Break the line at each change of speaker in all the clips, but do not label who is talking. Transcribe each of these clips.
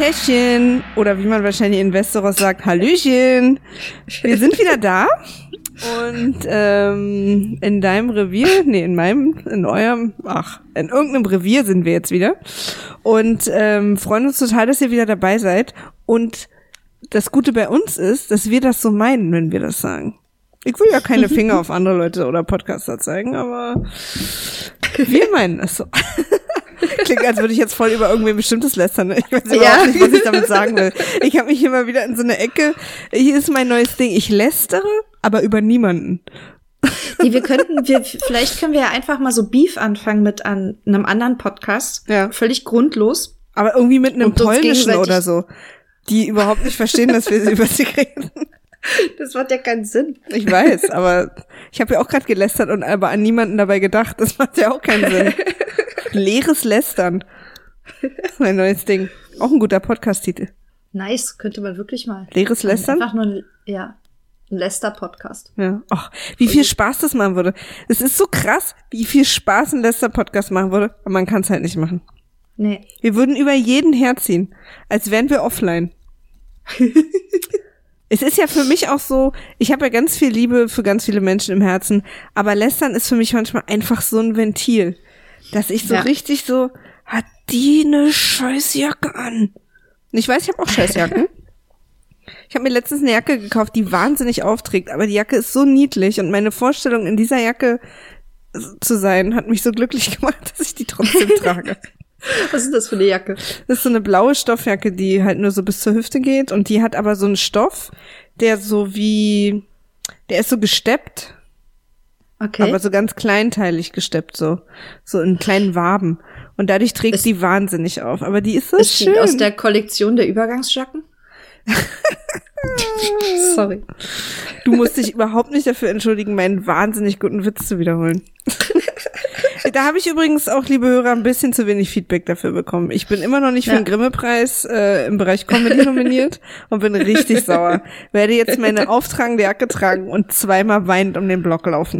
Täschchen oder wie man wahrscheinlich in Westeros sagt, Hallöchen. Wir sind wieder da und in deinem Revier, in irgendeinem Revier sind wir jetzt wieder und freuen uns total, dass ihr wieder dabei seid. Und das Gute bei uns ist, dass wir das so meinen, wenn wir das sagen. Ich will ja keine Finger auf andere Leute oder Podcaster zeigen, aber wir meinen das so. Klingt, als würde ich jetzt voll über irgendwen Bestimmtes lästern. Ich weiß überhaupt nicht, was ich damit sagen will. Ich habe mich immer wieder in so eine Ecke. Hier ist mein neues Ding. Ich lästere, aber über niemanden.
Nee, vielleicht können wir ja einfach mal so Beef anfangen mit einem anderen Podcast.
Ja.
Völlig grundlos.
Aber irgendwie mit einem polnischen oder so. Die überhaupt nicht verstehen, dass wir über sie reden.
Das macht ja keinen Sinn.
Ich weiß, aber ich habe ja auch gerade gelästert und aber an niemanden dabei gedacht. Das macht ja auch keinen Sinn. Leeres Lästern. Das ist mein neues Ding. Auch ein guter Podcast-Titel.
Nice, könnte man wirklich mal.
Leeres Lästern?
Einfach nur ein Läster-Podcast.
Ja. Ach, wie viel Spaß das machen würde. Es ist so krass, wie viel Spaß ein Läster-Podcast machen würde, aber man kann es halt nicht machen.
Nee.
Wir würden über jeden herziehen, als wären wir offline. Es ist ja für mich auch so, ich habe ja ganz viel Liebe für ganz viele Menschen im Herzen, aber Lästern ist für mich manchmal einfach so ein Ventil, dass ich so richtig so, hat die eine Scheißjacke an? Und ich weiß, ich habe auch Scheißjacken. Ich habe mir letztens eine Jacke gekauft, die wahnsinnig aufträgt, aber die Jacke ist so niedlich und meine Vorstellung, in dieser Jacke zu sein, hat mich so glücklich gemacht, dass ich die trotzdem trage.
Was ist das für eine Jacke?
Das ist so eine blaue Stoffjacke, die halt nur so bis zur Hüfte geht und die hat aber so einen Stoff, der ist so gesteppt.
Okay.
Aber so ganz kleinteilig gesteppt, so in kleinen Waben. Und dadurch trägt die wahnsinnig auf. Aber die ist so schön.
Ist aus der Kollektion der Übergangsjacken? Sorry.
Du musst dich überhaupt nicht dafür entschuldigen, meinen wahnsinnig guten Witz zu wiederholen. Da habe ich übrigens auch, liebe Hörer, ein bisschen zu wenig Feedback dafür bekommen. Ich bin immer noch nicht für den Grimme-Preis im Bereich Comedy nominiert und bin richtig sauer. Werde jetzt meine auftragende Jacke tragen und zweimal weinend um den Block laufen.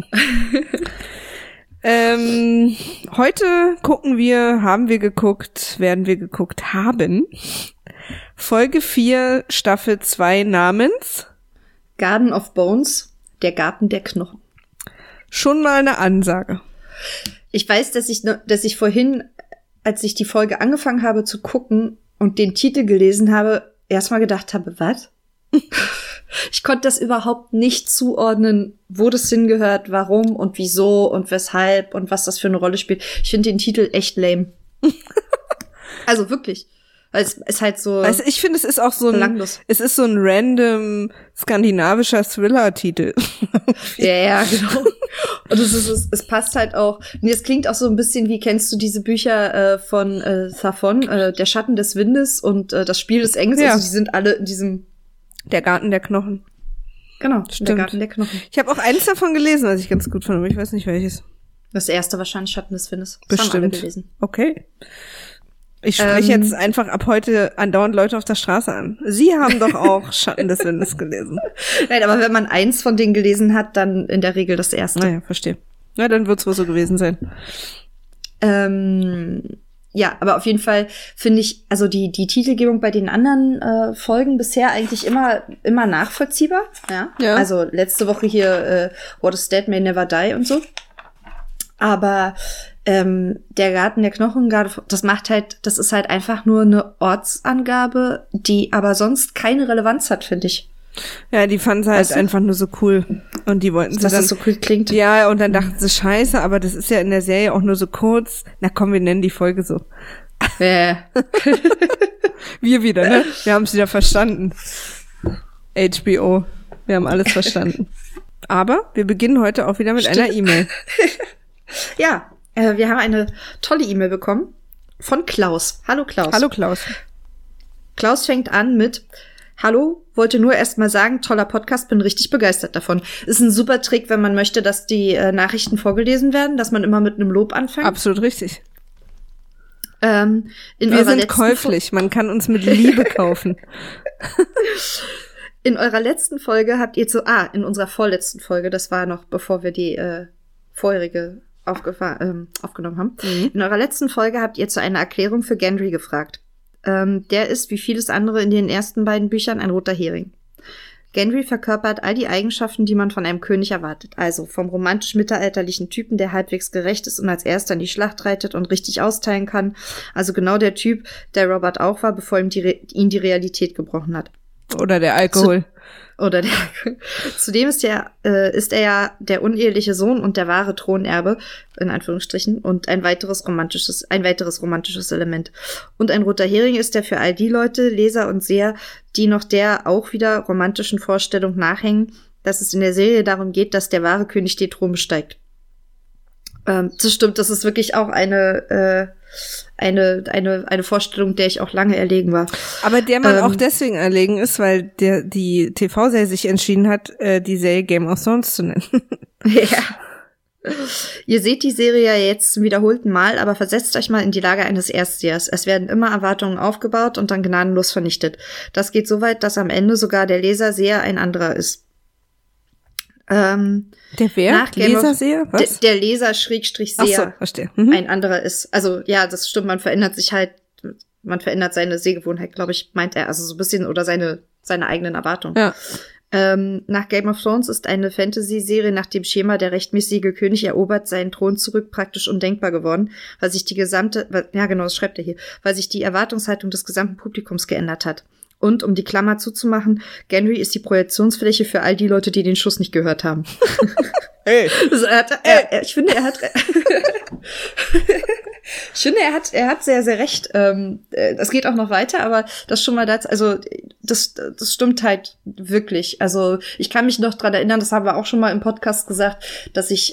Heute werden wir geguckt haben. Folge 4, Staffel 2 namens
Garden of Bones, der Garten der Knochen.
Schon mal eine Ansage.
Ich weiß, dass ich vorhin, als ich die Folge angefangen habe zu gucken und den Titel gelesen habe, erstmal gedacht habe, was? Ich konnte das überhaupt nicht zuordnen, wo das hingehört, warum und wieso und weshalb und was das für eine Rolle spielt. Ich finde den Titel echt lame. Also wirklich. Weil es ist halt so.
Also ich finde, es ist auch so ein random skandinavischer Thriller-Titel.
Ja, genau. Und es passt halt auch. Nee, es klingt auch so ein bisschen wie, kennst du diese Bücher von Saphon, Der Schatten des Windes und Das Spiel des Engels?
Ja.
Also die sind alle in diesem
Der Garten der Knochen.
Genau,
Stimmt.
Der Garten der Knochen.
Ich habe auch eins davon gelesen, was ich ganz gut fand, aber ich weiß nicht welches.
Das erste wahrscheinlich Schatten des Windes. Das haben alle gelesen.
Okay. Ich spreche jetzt einfach ab heute andauernd Leute auf der Straße an. Sie haben doch auch Schatten des Windes gelesen.
Nein, aber wenn man eins von denen gelesen hat, dann in der Regel das erste.
Naja, verstehe. Na, dann wird's wohl so gewesen sein.
Ja, aber auf jeden Fall finde ich, also die Titelgebung bei den anderen Folgen bisher eigentlich immer nachvollziehbar. Ja. Also letzte Woche hier What is Dead May Never Die und so. Aber der Garten der Knochen, das ist halt einfach nur eine Ortsangabe, die aber sonst keine Relevanz hat, finde ich.
Ja, die fanden sie halt einfach nur so cool. Und die wollten sie
dass
dann.
das so cool klingt.
Ja, und dann dachten sie, scheiße, aber das ist ja in der Serie auch nur so kurz. Na komm, wir nennen die Folge so. Wir wieder, ne? Wir haben es wieder verstanden. HBO. Wir haben alles verstanden. Aber wir beginnen heute auch wieder mit einer E-Mail.
Ja, wir haben eine tolle E-Mail bekommen von Klaus. Hallo Klaus.
Hallo Klaus.
Klaus fängt an mit: Hallo, wollte nur erst mal sagen, toller Podcast, bin richtig begeistert davon. Ist ein super Trick, wenn man möchte, dass die Nachrichten vorgelesen werden, dass man immer mit einem Lob anfängt.
Absolut richtig. Wir sind käuflich, man kann uns mit Liebe kaufen.
In eurer letzten Folge habt ihr in unserer vorletzten Folge, das war noch bevor wir die vorherige aufgenommen haben. In eurer letzten Folge habt ihr zu einer Erklärung für Gendry gefragt. der ist, wie vieles andere in den ersten beiden Büchern, ein roter Hering. Gendry verkörpert all die Eigenschaften, die man von einem König erwartet. Also vom romantisch-mittelalterlichen Typen, der halbwegs gerecht ist und als erster in die Schlacht reitet und richtig austeilen kann. Also genau der Typ, der Robert auch war, bevor ihm die Realität gebrochen hat.
Oder der Alkohol.
Zudem ist er ja der uneheliche Sohn und der wahre Thronerbe, in Anführungsstrichen, und ein weiteres romantisches Element. Und ein roter Hering ist er für all die Leute, Leser und Seher, die noch der auch wieder romantischen Vorstellung nachhängen, dass es in der Serie darum geht, dass der wahre König den Thron besteigt. Das stimmt, das ist wirklich auch eine Vorstellung, der ich auch lange erlegen war.
Aber der man auch deswegen erlegen ist, weil die TV-Serie sich entschieden hat, die Serie Game of Thrones zu nennen.
Ja. Ihr seht die Serie ja jetzt zum wiederholten Mal, aber versetzt euch mal in die Lage eines Erstsehers. Es werden immer Erwartungen aufgebaut und dann gnadenlos vernichtet. Das geht so weit, dass am Ende sogar der Leser-Seher ein anderer ist.
Der wer? Leser-Seher? Was?
Der Leser-Seher.
Ach so, verstehe.
Ein anderer ist. Also ja, das stimmt, man verändert seine Sehgewohnheit, glaube ich, meint er. Also so ein bisschen, oder seine eigenen Erwartungen. Ja. Nach Game of Thrones ist eine Fantasy-Serie nach dem Schema der rechtmäßige König erobert seinen Thron zurück praktisch undenkbar geworden, weil sich das schreibt er hier, weil sich die Erwartungshaltung des gesamten Publikums geändert hat. Und, um die Klammer zuzumachen, Gendry ist die Projektionsfläche für all die Leute, die den Schuss nicht gehört haben.
Hey.
Ich finde, er hat sehr, sehr recht. Das geht auch noch weiter, aber das schon mal das stimmt halt wirklich. Also, ich kann mich noch dran erinnern, das haben wir auch schon mal im Podcast gesagt, dass ich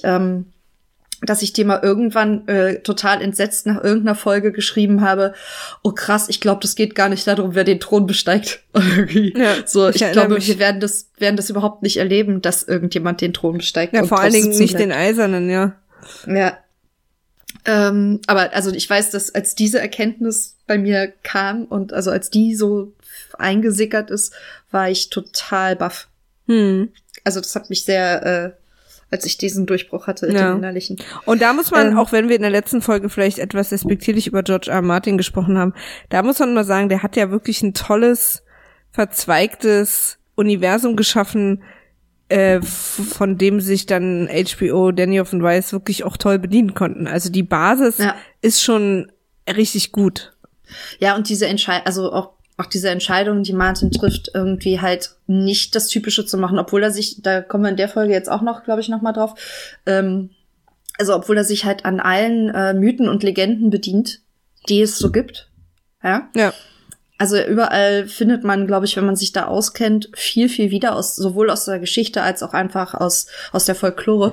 dir mal irgendwann total entsetzt nach irgendeiner Folge geschrieben habe, oh krass, ich glaube, das geht gar nicht darum, wer den Thron besteigt. Ja, so, ich glaube, wir werden das überhaupt nicht erleben, dass irgendjemand den Thron besteigt.
Ja, vor allen Dingen nicht den Eisernen, ja.
Ja. Aber also ich weiß, dass als diese Erkenntnis bei mir kam und also als die so eingesickert ist, war ich total baff. Also das hat mich sehr als ich diesen Durchbruch hatte, den innerlichen.
Und da muss man, auch wenn wir in der letzten Folge vielleicht etwas respektierlich über George R. R. Martin gesprochen haben, da muss man mal sagen, der hat ja wirklich ein tolles, verzweigtes Universum geschaffen, von dem sich dann HBO, Benioff und Weiss wirklich auch toll bedienen konnten. Also die Basis ist schon richtig gut.
Ja, und diese auch diese Entscheidung, die Martin trifft, irgendwie halt nicht das Typische zu machen, obwohl er sich, da kommen wir in der Folge jetzt auch noch, glaube ich, noch mal drauf, also obwohl er sich halt an allen Mythen und Legenden bedient, die es so gibt. Ja. Also überall findet man, glaube ich, wenn man sich da auskennt, viel, viel wieder sowohl aus der Geschichte als auch einfach aus der Folklore.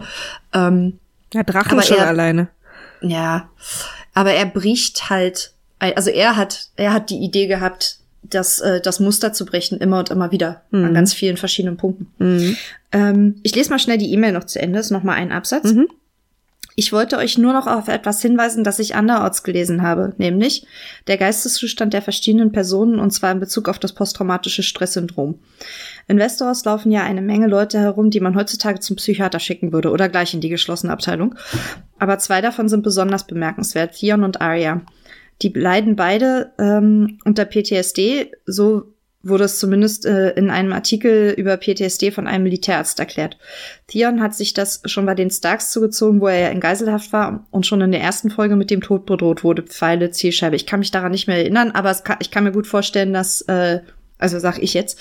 Drachen schon alleine.
Ja, aber er bricht halt, also er hat die Idee gehabt, das Muster zu brechen, immer und immer wieder, an ganz vielen verschiedenen Punkten. Ich lese mal schnell die E-Mail noch zu Ende, ist noch mal ein Absatz. Ich wollte euch nur noch auf etwas hinweisen, das ich anderorts gelesen habe, nämlich der Geisteszustand der verschiedenen Personen, und zwar in Bezug auf das posttraumatische Stresssyndrom. In Westeros laufen ja eine Menge Leute herum, die man heutzutage zum Psychiater schicken würde oder gleich in die geschlossene Abteilung. Aber 2 davon sind besonders bemerkenswert, Theon und Arya. Die leiden beide unter PTSD, so wurde es zumindest in einem Artikel über PTSD von einem Militärarzt erklärt. Theon hat sich das schon bei den Starks zugezogen, wo er ja in Geiselhaft war und schon in der ersten Folge mit dem Tod bedroht wurde. Pfeile, Zielscheibe. Ich kann mich daran nicht mehr erinnern, aber ich kann mir gut vorstellen, dass, also sag ich jetzt,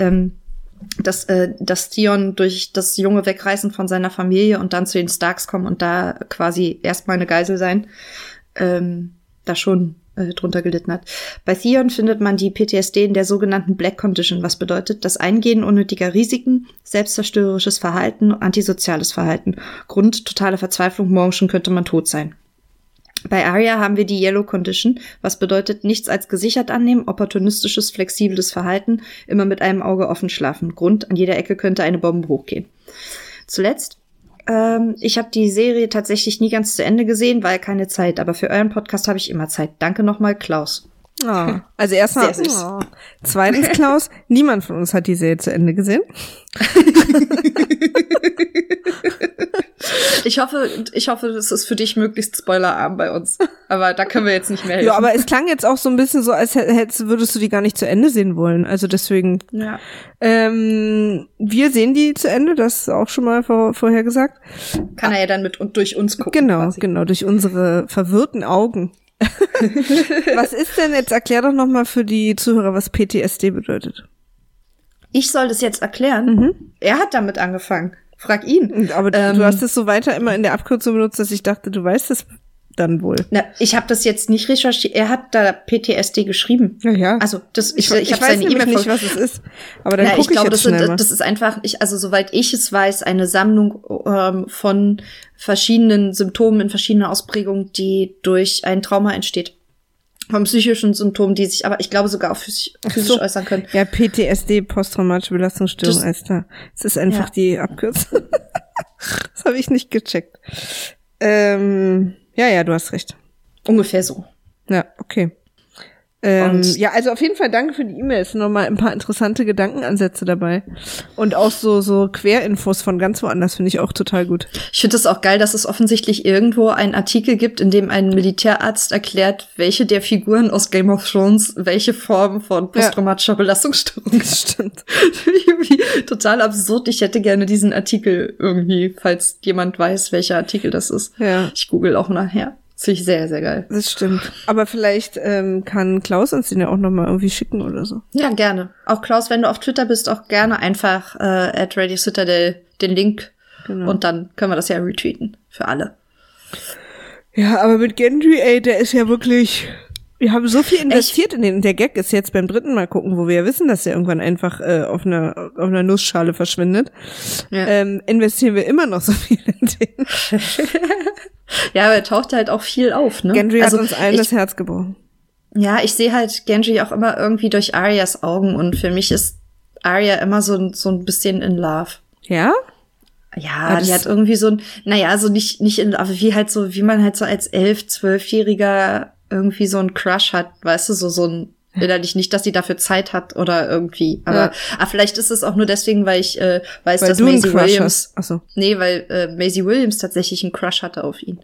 dass Theon durch das junge Wegreißen von seiner Familie und dann zu den Starks kommen und da quasi erstmal eine Geisel sein, da schon drunter gelitten hat. Bei Theon findet man die PTSD in der sogenannten Black Condition, was bedeutet das Eingehen unnötiger Risiken, selbstzerstörerisches Verhalten, antisoziales Verhalten. Grund, totale Verzweiflung, morgen schon könnte man tot sein. Bei Arya haben wir die Yellow Condition, was bedeutet nichts als gesichert annehmen, opportunistisches, flexibles Verhalten, immer mit einem Auge offen schlafen. Grund, an jeder Ecke könnte eine Bombe hochgehen. Zuletzt, ich habe die Serie tatsächlich nie ganz zu Ende gesehen, weil keine Zeit. Aber für euren Podcast habe ich immer Zeit. Danke nochmal, Klaus.
Oh, also erstmal, zweitens, Klaus, niemand von uns hat die Serie zu Ende gesehen.
Ich hoffe, es ist für dich möglichst spoilerarm bei uns. Aber da können wir jetzt nicht mehr helfen.
Ja, aber es klang jetzt auch so ein bisschen so, als würdest du die gar nicht zu Ende sehen wollen. Also deswegen.
Ja.
Wir sehen die zu Ende, das ist auch schon mal vorher gesagt.
Kann er ja dann durch uns gucken.
Genau, durch unsere verwirrten Augen. Was ist denn, jetzt erklär doch nochmal für die Zuhörer, was PTSD bedeutet.
Ich soll das jetzt erklären? Er hat damit angefangen. Frag ihn.
Aber du hast es so weiter immer in der Abkürzung benutzt, dass ich dachte, du weißt es dann wohl.
Na, ich habe das jetzt nicht recherchiert. Er hat da PTSD geschrieben.
Ja.
Also
ich habe seine E-Mail nicht, was es ist. Aber dann gucke ich jetzt schnell mal.
Das ist einfach, also soweit ich es weiß, eine Sammlung von verschiedenen Symptomen in verschiedenen Ausprägungen, die durch ein Trauma entsteht. Von psychischen Symptomen, die sich aber, ich glaube, sogar auch physisch äußern können.
Ja, PTSD, posttraumatische Belastungsstörung, alles klar. Es ist einfach die Abkürzung. Das habe ich nicht gecheckt. Ja, du hast recht.
Ungefähr so.
Ja, okay. Ja, also auf jeden Fall danke für die E-Mails. Nochmal ein paar interessante Gedankenansätze dabei. Und auch so Querinfos von ganz woanders finde ich auch total gut.
Ich finde es auch geil, dass es offensichtlich irgendwo einen Artikel gibt, in dem ein Militärarzt erklärt, welche der Figuren aus Game of Thrones welche Form von posttraumatischer Belastungsstörung ist.
Stimmt.
Irgendwie total absurd. Ich hätte gerne diesen Artikel irgendwie, falls jemand weiß, welcher Artikel das ist.
Ja.
Ich google auch nachher. Das finde ich sehr, sehr geil.
Das stimmt. Aber vielleicht kann Klaus uns den ja auch nochmal irgendwie schicken oder so.
Ja, gerne. Auch Klaus, wenn du auf Twitter bist, auch gerne einfach @Radio Citadel den Link. Genau. Und dann können wir das ja retweeten. Für alle.
Ja, aber mit Gendry, der ist ja wirklich... Wir haben so viel investiert in den. Der Gag ist jetzt beim dritten Mal gucken, wo wir ja wissen, dass er irgendwann einfach auf einer Nussschale verschwindet. Ja. Investieren wir immer noch so viel in den.
Ja, aber er taucht halt auch viel auf, ne?
Gendry hat uns allen das Herz gebrochen.
Ja, ich sehe halt Gendry auch immer irgendwie durch Aryas Augen und für mich ist Arya immer so ein bisschen in Love.
Ja?
Ja, die hat irgendwie so nicht in Love, wie man halt so als 11-, 12-Jähriger irgendwie so einen Crush hat, weißt du, so ein innerlich nicht, dass sie dafür Zeit hat oder irgendwie. Aber vielleicht ist es auch nur deswegen, weil ich weiß, dass Maisie Williams.
Achso.
Nee, weil Maisie Williams tatsächlich einen Crush hatte auf ihn.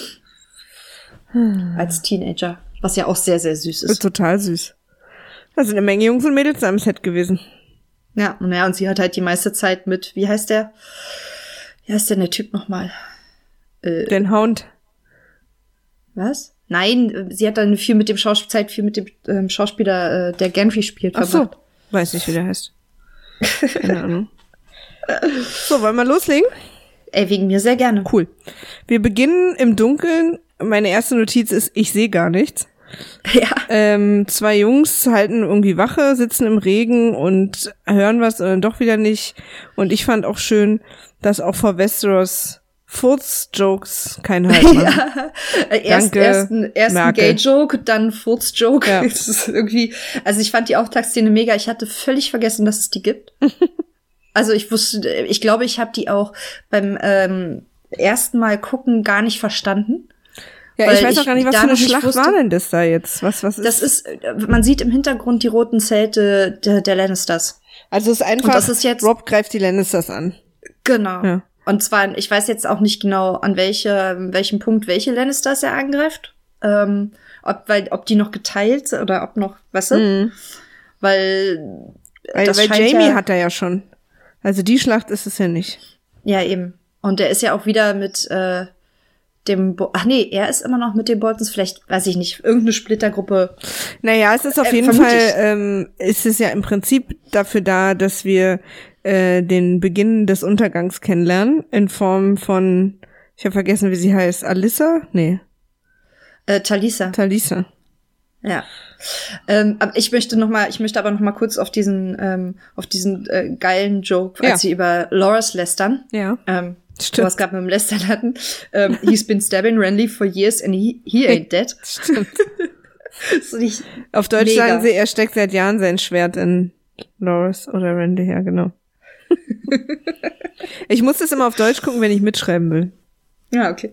Als Teenager. Was ja auch sehr, sehr süß ist.
Total süß. Da sind eine Menge Jungs und Mädels am Set gewesen.
Ja, und sie hat halt die meiste Zeit mit, wie heißt der der Typ nochmal?
Den Hound.
Was? Nein, sie hat dann viel mit dem Schauspieler, der Gendry spielt,
verbracht. Ach so, weiß nicht, wie der heißt. Keine Ahnung. So, wollen wir loslegen?
Wegen mir sehr gerne.
Cool. Wir beginnen im Dunkeln. Meine erste Notiz ist, ich sehe gar nichts.
Ja.
2 Jungs halten irgendwie Wache, sitzen im Regen und hören was und dann doch wieder nicht. Und ich fand auch schön, dass auch vor Westeros Furz-Jokes kein Halt machen.
Erst ein Gay-Joke, dann Furz-Joke. Ja. Das ist irgendwie, also ich fand die Auftaktszene mega. Ich hatte völlig vergessen, dass es die gibt. Also ich glaube, ich habe die auch beim ersten Mal gucken gar nicht verstanden.
Ja, ich weiß auch gar nicht, was für eine Schlacht war denn das da jetzt? Was ist?
Das ist, man sieht im Hintergrund die roten Zelte der Lannisters.
Also es ist einfach, Rob greift die Lannisters an.
Genau. Ja. Und zwar, ich weiß jetzt auch nicht genau, an welchem Punkt welche Lannisters er angreift. Ob die noch geteilt oder ob noch, weißt du? Mhm. Weil
Jaime hat er ja schon. Also die Schlacht ist es ja nicht.
Ja, eben. Und der ist ja auch wieder mit er ist immer noch mit den Boltons, vielleicht, weiß ich nicht, irgendeine Splittergruppe.
Naja, es ist auf jeden Fall, ist es ja im Prinzip dafür da, dass wir den Beginn des Untergangs kennenlernen, in Form von, ich habe vergessen, wie sie heißt, Alyssa? Nee.
Talisa. Ja. Aber ich möchte aber noch mal kurz auf diesen geilen Joke, als sie über Loras lästern.
Ja.
Stimmt. Was gerade mit dem Lästern hatten. He's been stabbing Renly for years and he ain't dead.
Stimmt. Auf Deutsch mega. Sagen sie, er steckt seit Jahren sein Schwert in Loras oder Renly, ja, genau. Ich muss das immer auf Deutsch gucken, wenn ich mitschreiben will.
Ja, okay.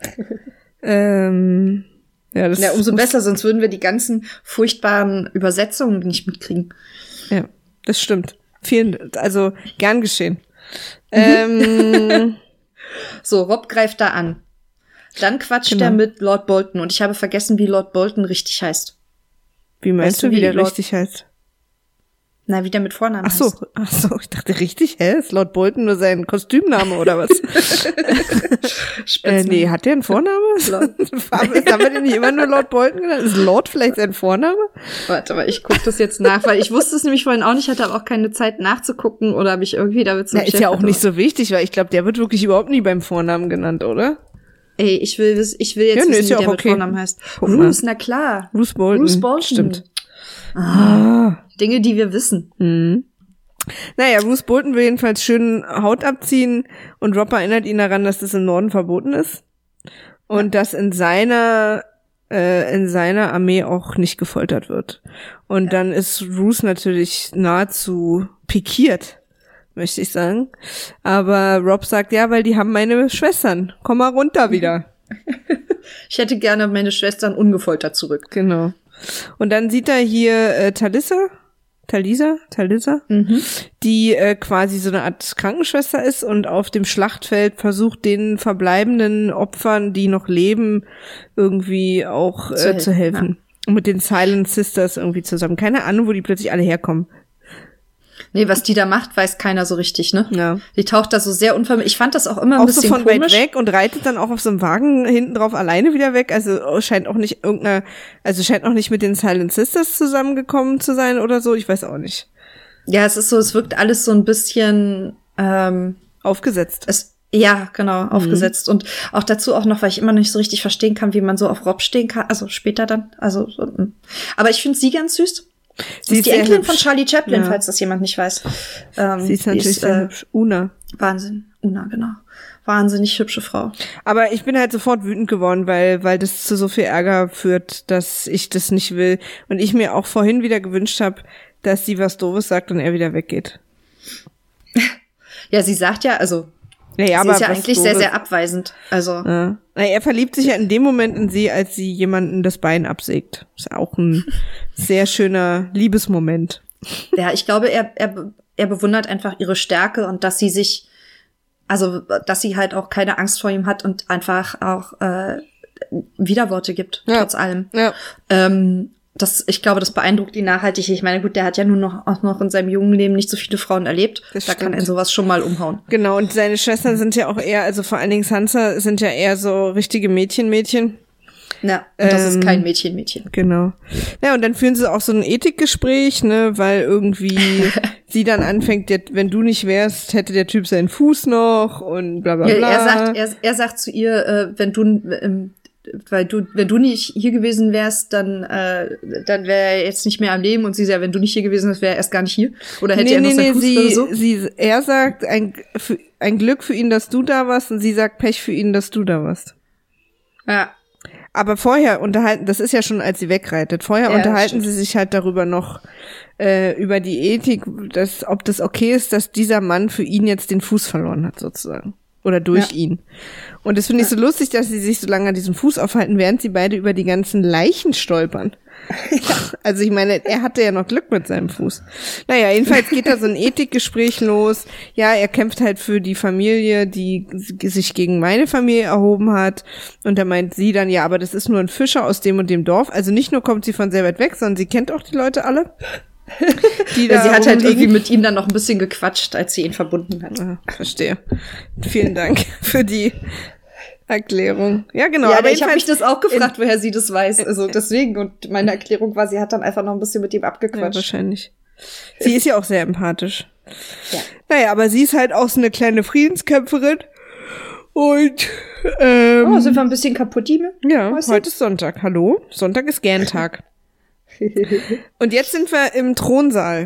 Umso
besser, sonst würden wir die ganzen furchtbaren Übersetzungen nicht mitkriegen.
Ja, das stimmt. Gern geschehen.
So, Rob greift da an. Dann quatscht er mit Lord Bolton und ich habe vergessen, wie Lord Bolton richtig heißt.
Wie meinst du, wie der richtig heißt?
Na, wie der mit Vornamen heißt.
Ach so, ich dachte richtig, ist Lord Bolton nur sein Kostümname oder was? Nee, hat der einen Vorname? Haben wir denn nicht immer nur Lord Bolton genannt? Ist Lord vielleicht sein Vorname?
Warte, aber ich gucke das jetzt nach, weil ich wusste es nämlich vorhin auch nicht, hatte aber auch keine Zeit nachzugucken oder mich irgendwie damit zu beschäftigen.
Ist ja auch nicht so wichtig, weil ich glaube, der wird wirklich überhaupt nie beim Vornamen genannt, oder?
Ey, ich will jetzt wissen, wie der mit Vornamen heißt. Bruce, na klar.
Bruce Bolton. Stimmt.
Dinge, die wir wissen.
Mhm. Naja, Bruce Bolton will jedenfalls schön Haut abziehen und Rob erinnert ihn daran, dass das im Norden verboten ist und dass in seiner Armee auch nicht gefoltert wird. Und dann ist Bruce natürlich nahezu pikiert, möchte ich sagen. Aber Rob sagt, ja, weil die haben meine Schwestern. Komm mal runter wieder.
Ich hätte gerne meine Schwestern ungefoltert zurück.
Genau. Und dann sieht er hier Talisa, die quasi so eine Art Krankenschwester ist und auf dem Schlachtfeld versucht, den verbleibenden Opfern, die noch leben, irgendwie auch zu helfen. Ja. Und mit den Silent Sisters irgendwie zusammen. Keine Ahnung, wo die plötzlich alle herkommen.
Nee, was die da macht, weiß keiner so richtig, ne?
Ja.
Die taucht da so sehr unvermittelt. Ich fand das auch immer ein bisschen komisch. Auch so von weit
weg und reitet dann auch auf so einem Wagen hinten drauf alleine wieder weg. Also scheint auch nicht mit den Silent Sisters zusammengekommen zu sein oder so. Ich weiß auch nicht.
Ja, es ist so, es wirkt alles so ein bisschen
aufgesetzt.
Ja, genau, aufgesetzt. Und auch dazu auch noch, weil ich immer noch nicht so richtig verstehen kann, wie man so auf Rob stehen kann. Also später dann. Aber ich finde sie ganz süß. Sie ist die Enkelin von Charlie Chaplin, falls das jemand nicht weiß.
Sie ist natürlich sehr hübsch. Una,
genau. Wahnsinnig hübsche Frau.
Aber ich bin halt sofort wütend geworden, weil das zu so viel Ärger führt, dass ich das nicht will. Und ich mir auch vorhin wieder gewünscht habe, dass sie was Doofes sagt und er wieder weggeht.
Ja, sie sagt ja, also
ja,
sie
aber
ist ja eigentlich sehr, sehr abweisend. Also
ja. Er verliebt sich ja in dem Moment in sie, als sie jemanden das Bein absägt. Ist ja auch ein sehr schöner Liebesmoment.
Ja, ich glaube, er bewundert einfach ihre Stärke und dass sie halt auch keine Angst vor ihm hat und einfach auch Widerworte gibt, trotz allem. Ja. Ich glaube, das beeindruckt ihn nachhaltig. Ich meine, gut, der hat ja nur noch in seinem jungen Leben nicht so viele Frauen erlebt. Da kann er sowas schon mal umhauen.
Genau, und seine Schwestern sind ja auch eher, also vor allen Dingen Sansa sind ja eher so richtige Mädchen.
Ja, und das ist kein Mädchen.
Genau. Ja, und dann führen sie auch so ein Ethikgespräch, ne, weil irgendwie sie dann anfängt, wenn du nicht wärst, hätte der Typ seinen Fuß noch und bla bla bla.
Er sagt zu ihr, wenn du nicht hier gewesen wärst, dann wäre er jetzt nicht mehr am Leben und sie sagt, wenn du nicht hier gewesen wärst, wäre er erst gar nicht hier. Oder hätte er noch seinen Fuß oder so?
Er sagt, ein Glück für ihn, dass du da warst und sie sagt, Pech für ihn, dass du da warst.
Ja.
Aber vorher das ist ja schon, als sie wegreitet, unterhalten sie sich halt darüber noch, über die Ethik, ob das okay ist, dass dieser Mann für ihn jetzt den Fuß verloren hat, sozusagen. Oder durch ihn. Und das finde ich so lustig, dass sie sich so lange an diesem Fuß aufhalten, während sie beide über die ganzen Leichen stolpern. Also ich meine, er hatte ja noch Glück mit seinem Fuß. Naja, jedenfalls geht da so ein Ethikgespräch los. Ja, er kämpft halt für die Familie, die sich gegen meine Familie erhoben hat. Und da meint sie dann, ja, aber das ist nur ein Fischer aus dem und dem Dorf. Also nicht nur kommt sie von sehr weit weg, sondern sie kennt auch die Leute alle.
Sie hat halt irgendwie mit ihm dann noch ein bisschen gequatscht, als sie ihn verbunden hat.
Verstehe. Vielen Dank für die Erklärung. Ja, genau.
Ja, aber ich habe mich das auch gefragt, woher sie das weiß. Also deswegen. Und meine Erklärung war, sie hat dann einfach noch ein bisschen mit ihm abgequatscht.
Ja, wahrscheinlich. Sie ist ja auch sehr empathisch.
Ja.
Naja, aber sie ist halt auch so eine kleine Friedenskämpferin. Und
sind wir ein bisschen kaputt, Dime?
Ja, heute ist Sonntag. Hallo? Sonntag ist Gern-Tag. Und jetzt sind wir im Thronsaal.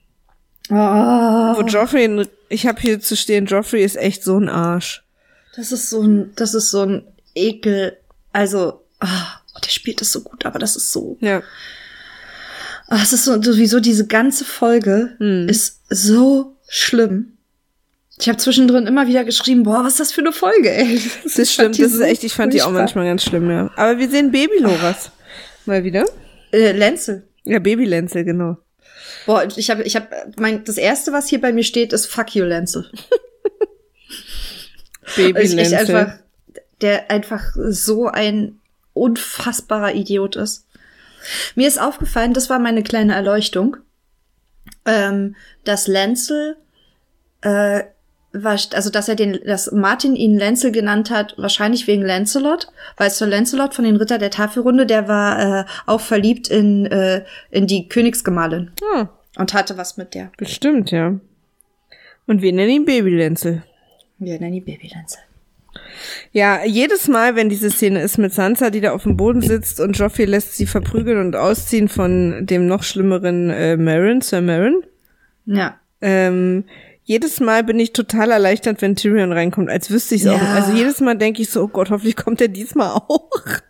Wo Joffrey, ich habe hier zu stehen, Joffrey ist echt so ein Arsch.
Das ist so ein Ekel. Also, der spielt das so gut, aber das ist so.
Ja.
Es ist so, sowieso diese ganze Folge ist so schlimm. Ich habe zwischendrin immer wieder geschrieben, boah, was ist das für eine Folge, ey.
Das stimmt, das ist echt, ich fand die auch manchmal ganz schlimm, ja. Aber wir sehen Baby-Loras. Mal wieder.
Lancel.
Ja, Baby-Lancel, genau.
Boah, das erste, was hier bei mir steht, ist Fuck you, Lancel.
Baby-Lancel.
Der einfach so ein unfassbarer Idiot ist. Mir ist aufgefallen, das war meine kleine Erleuchtung, dass Lancel, dass Martin ihn Lancel genannt hat, wahrscheinlich wegen Lancelot, weil Sir Lancelot von den Ritter der Tafelrunde, der war auch verliebt in die Königsgemahlin. Und hatte was mit der.
Bestimmt, ja. Und wir nennen ihn Baby-Lancel. Ja, jedes Mal, wenn diese Szene ist mit Sansa, die da auf dem Boden sitzt und Joffrey lässt sie verprügeln und ausziehen von dem noch schlimmeren Sir Meryn.
Ja.
Jedes Mal bin ich total erleichtert, wenn Tyrion reinkommt, als wüsste ich es auch. Also jedes Mal denke ich so, oh Gott, hoffentlich kommt er diesmal auch.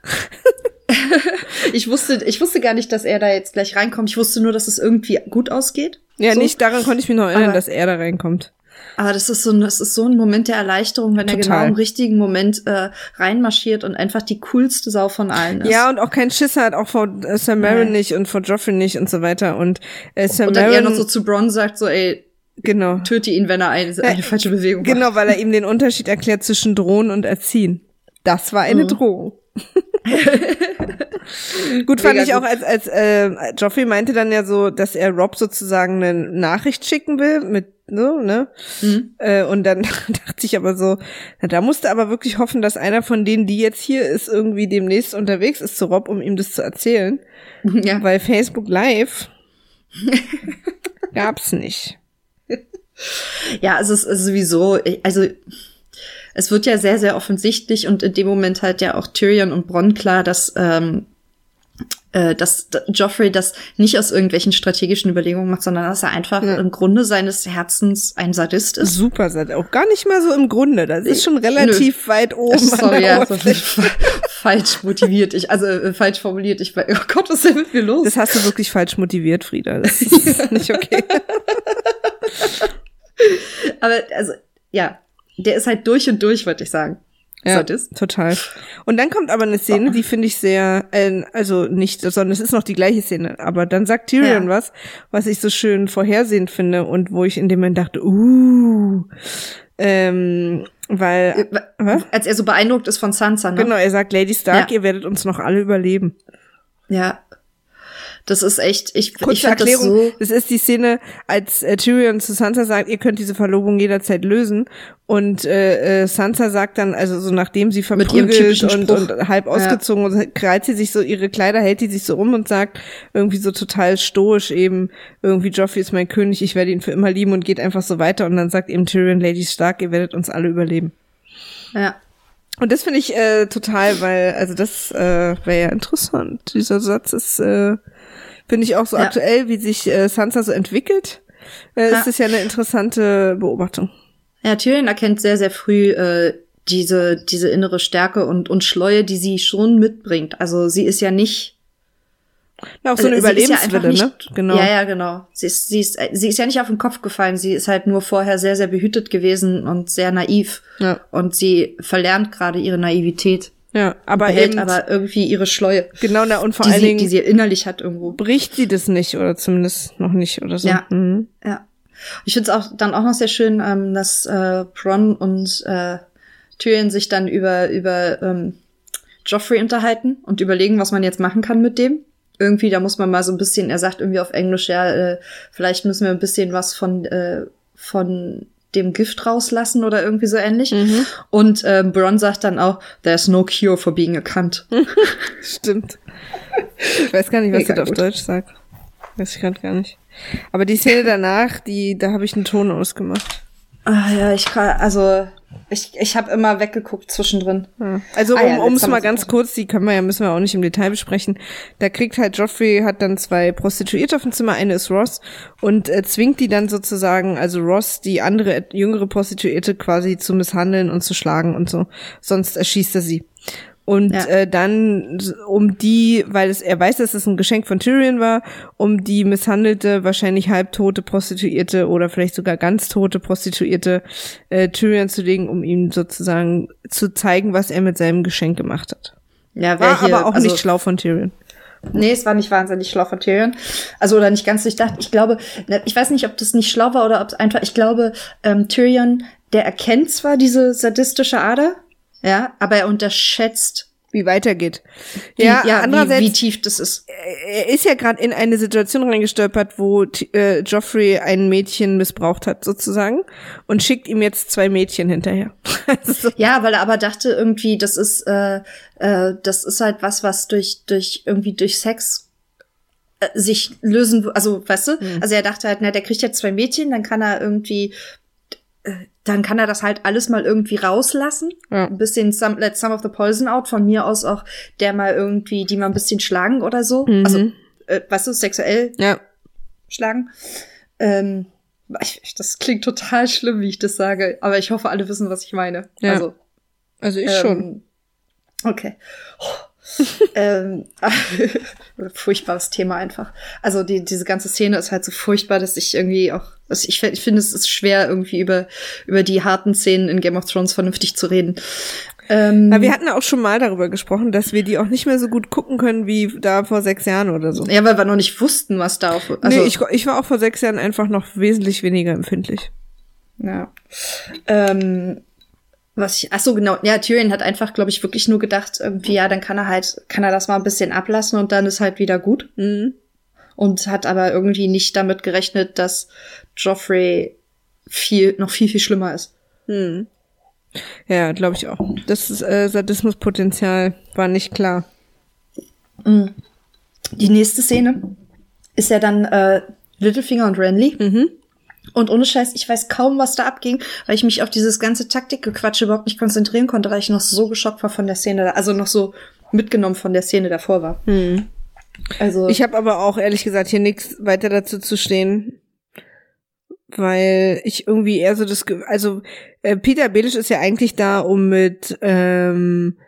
Ich wusste gar nicht, dass er da jetzt gleich reinkommt. Ich wusste nur, dass es irgendwie gut ausgeht.
Ja, so. Nicht daran konnte ich mich noch erinnern, dass er da reinkommt.
Aber das ist so ein Moment der Erleichterung, wenn er genau im richtigen Moment reinmarschiert und einfach die coolste Sau von allen ist.
Ja, und auch keinen Schiss hat, auch vor Sir Meryn nicht und vor Joffrey nicht und so weiter. Und Sir
und dann er noch so zu Bronn sagt, so, ey,
genau,
töte ihn, wenn er eine falsche Bewegung macht.
Genau, weil er ihm den Unterschied erklärt zwischen Drohen und Erziehen. Das war eine Drohung. Gut, fand ich auch, als Joffrey meinte dann ja so, dass er Robb sozusagen eine Nachricht schicken will mit so, ne? Und dann dachte ich aber so, na, da musste aber wirklich hoffen, dass einer von denen, die jetzt hier ist, irgendwie demnächst unterwegs ist zu Robb, um ihm das zu erzählen. Ja. Weil Facebook Live gab's nicht.
Ja, also es ist sowieso, es wird ja sehr, sehr offensichtlich und in dem Moment halt ja auch Tyrion und Bronn klar, dass Joffrey das nicht aus irgendwelchen strategischen Überlegungen macht, sondern dass er einfach im Grunde seines Herzens ein Sadist ist.
Super Sadist. Auch gar nicht mal so im Grunde. Das ist schon relativ weit oben.
Sorry, ja, falsch motiviert. Falsch formuliert. Oh Gott, was ist denn mit mir los?
Das hast du wirklich falsch motiviert, Frieda. Das ist nicht okay.
Aber, ja, der ist halt durch und durch, würde ich sagen.
Ja, total. Und dann kommt aber eine Szene, die finde ich sehr, also nicht, sondern es ist noch die gleiche Szene, aber dann sagt Tyrion was ich so schön vorhersehend finde und wo ich in dem Moment dachte, weil
als er so beeindruckt ist von Sansa, ne?
Genau, er sagt, Lady Stark, ihr werdet uns noch alle überleben.
Ja. Das ist echt, ich
Kurze Erklärung, das ist die Szene, als Tyrion zu Sansa sagt, ihr könnt diese Verlobung jederzeit lösen und Sansa sagt dann, also so nachdem sie verprügelt und halb ausgezogen und krallt sie sich so ihre Kleider, hält die sich so um und sagt irgendwie so total stoisch eben, irgendwie Joffrey ist mein König, ich werde ihn für immer lieben und geht einfach so weiter und dann sagt eben Tyrion, Lady Stark, ihr werdet uns alle überleben.
Ja.
Und das finde ich total, weil, also das wäre ja interessant. Dieser Satz ist finde ich auch so aktuell, wie sich Sansa so entwickelt, ist es ja eine interessante Beobachtung.
Ja, Tyrion erkennt sehr, sehr früh diese innere Stärke und Schleue, die sie schon mitbringt. Also sie ist ja nicht
auch so eine Überlebenswille, ne? Genau.
Ja, genau. Sie ist ja nicht auf den Kopf gefallen. Sie ist halt nur vorher sehr, sehr behütet gewesen und sehr naiv. Ja. Und sie verlernt gerade ihre Naivität.
Ja, aber
behält
eben
aber irgendwie ihre Schleue.
Genau, und vor allen Dingen,
die sie innerlich hat irgendwo.
Bricht sie das nicht oder zumindest noch nicht oder so.
Ja, ja. Ich finde es auch noch sehr schön, dass Bronn und Tyrion sich dann über Joffrey unterhalten und überlegen, was man jetzt machen kann mit dem. Irgendwie, da muss man mal so ein bisschen, er sagt irgendwie auf Englisch, vielleicht müssen wir ein bisschen was von dem Gift rauslassen oder irgendwie so ähnlich. Und Bronn sagt dann auch, there's no cure for being a cunt.
Stimmt. Ich weiß gar nicht, was er auf Deutsch sagt. Weiß ich gerade gar nicht. Aber die Szene danach, da habe ich einen Ton ausgemacht.
Ah ja, ich habe immer weggeguckt zwischendrin.
Ja. Also um es mal ganz kurz, die müssen wir auch nicht im Detail besprechen. Da kriegt halt Joffrey, hat dann 2 Prostituierte auf dem Zimmer, eine ist Ross und zwingt die dann sozusagen, also Ross, die andere jüngere Prostituierte quasi zu misshandeln und zu schlagen und so. Sonst erschießt er sie. Und dann weil er weiß, dass es ein Geschenk von Tyrion war, die misshandelte, wahrscheinlich halbtote Prostituierte oder vielleicht sogar ganz tote Prostituierte Tyrion zu legen, um ihm sozusagen zu zeigen, was er mit seinem Geschenk gemacht hat. Ja, war aber auch nicht schlau von Tyrion.
Nee, es war nicht wahnsinnig schlau von Tyrion. Also, oder nicht ganz durchdacht. Ich glaube, ich weiß nicht, ob das nicht schlau war oder ob es einfach, ich glaube, Tyrion, der erkennt zwar diese sadistische Ader, ja, aber er unterschätzt,
wie weitergeht.
Andererseits, wie tief das ist.
Er ist ja gerade in eine Situation reingestolpert, wo Joffrey ein Mädchen missbraucht hat, sozusagen, und schickt ihm jetzt 2 Mädchen hinterher.
Also, ja, weil er aber dachte irgendwie, das ist halt was durch Sex sich lösen, also, weißt du? Also er dachte halt, der kriegt jetzt 2 Mädchen, dann kann er irgendwie dann kann er das halt alles mal irgendwie rauslassen. Ja. Ein bisschen let some of the poison out. Von mir aus auch die mal ein bisschen schlagen oder so. Also, weißt du, sexuell schlagen. Das klingt total schlimm, wie ich das sage. Aber ich hoffe, alle wissen, was ich meine.
Ja. Also ich schon.
Okay. Furchtbares Thema einfach. Also diese ganze Szene ist halt so furchtbar, dass ich irgendwie auch, ich finde, es ist schwer, irgendwie über die harten Szenen in Game of Thrones vernünftig zu reden.
Na, wir hatten auch schon mal darüber gesprochen, dass wir die auch nicht mehr so gut gucken können wie da vor 6 Jahren oder so.
Ja, weil wir noch nicht wussten, was da auf.
Also nee, ich war auch vor 6 Jahren einfach noch wesentlich weniger empfindlich.
Ja. Genau, ja, Tyrion hat einfach, glaube ich, wirklich nur gedacht, irgendwie, ja, dann kann er das mal ein bisschen ablassen und dann ist halt wieder gut.
Mhm.
Und hat aber irgendwie nicht damit gerechnet, dass Joffrey noch viel schlimmer ist.
Mhm. Ja, glaube ich auch. Das Sadismuspotenzial war nicht klar.
Mhm. Die nächste Szene ist ja dann Littlefinger und Renly.
Mhm.
Und ohne Scheiß, ich weiß kaum, was da abging, weil ich mich auf dieses ganze Taktikgequatsche überhaupt nicht konzentrieren konnte, weil ich noch so geschockt war von der Szene, also noch so mitgenommen von der Szene davor war.
Mhm. Also ich habe aber auch ehrlich gesagt hier nichts weiter dazu zu stehen, weil ich irgendwie eher so Peter Baelish ist ja eigentlich da, um mit Catelyn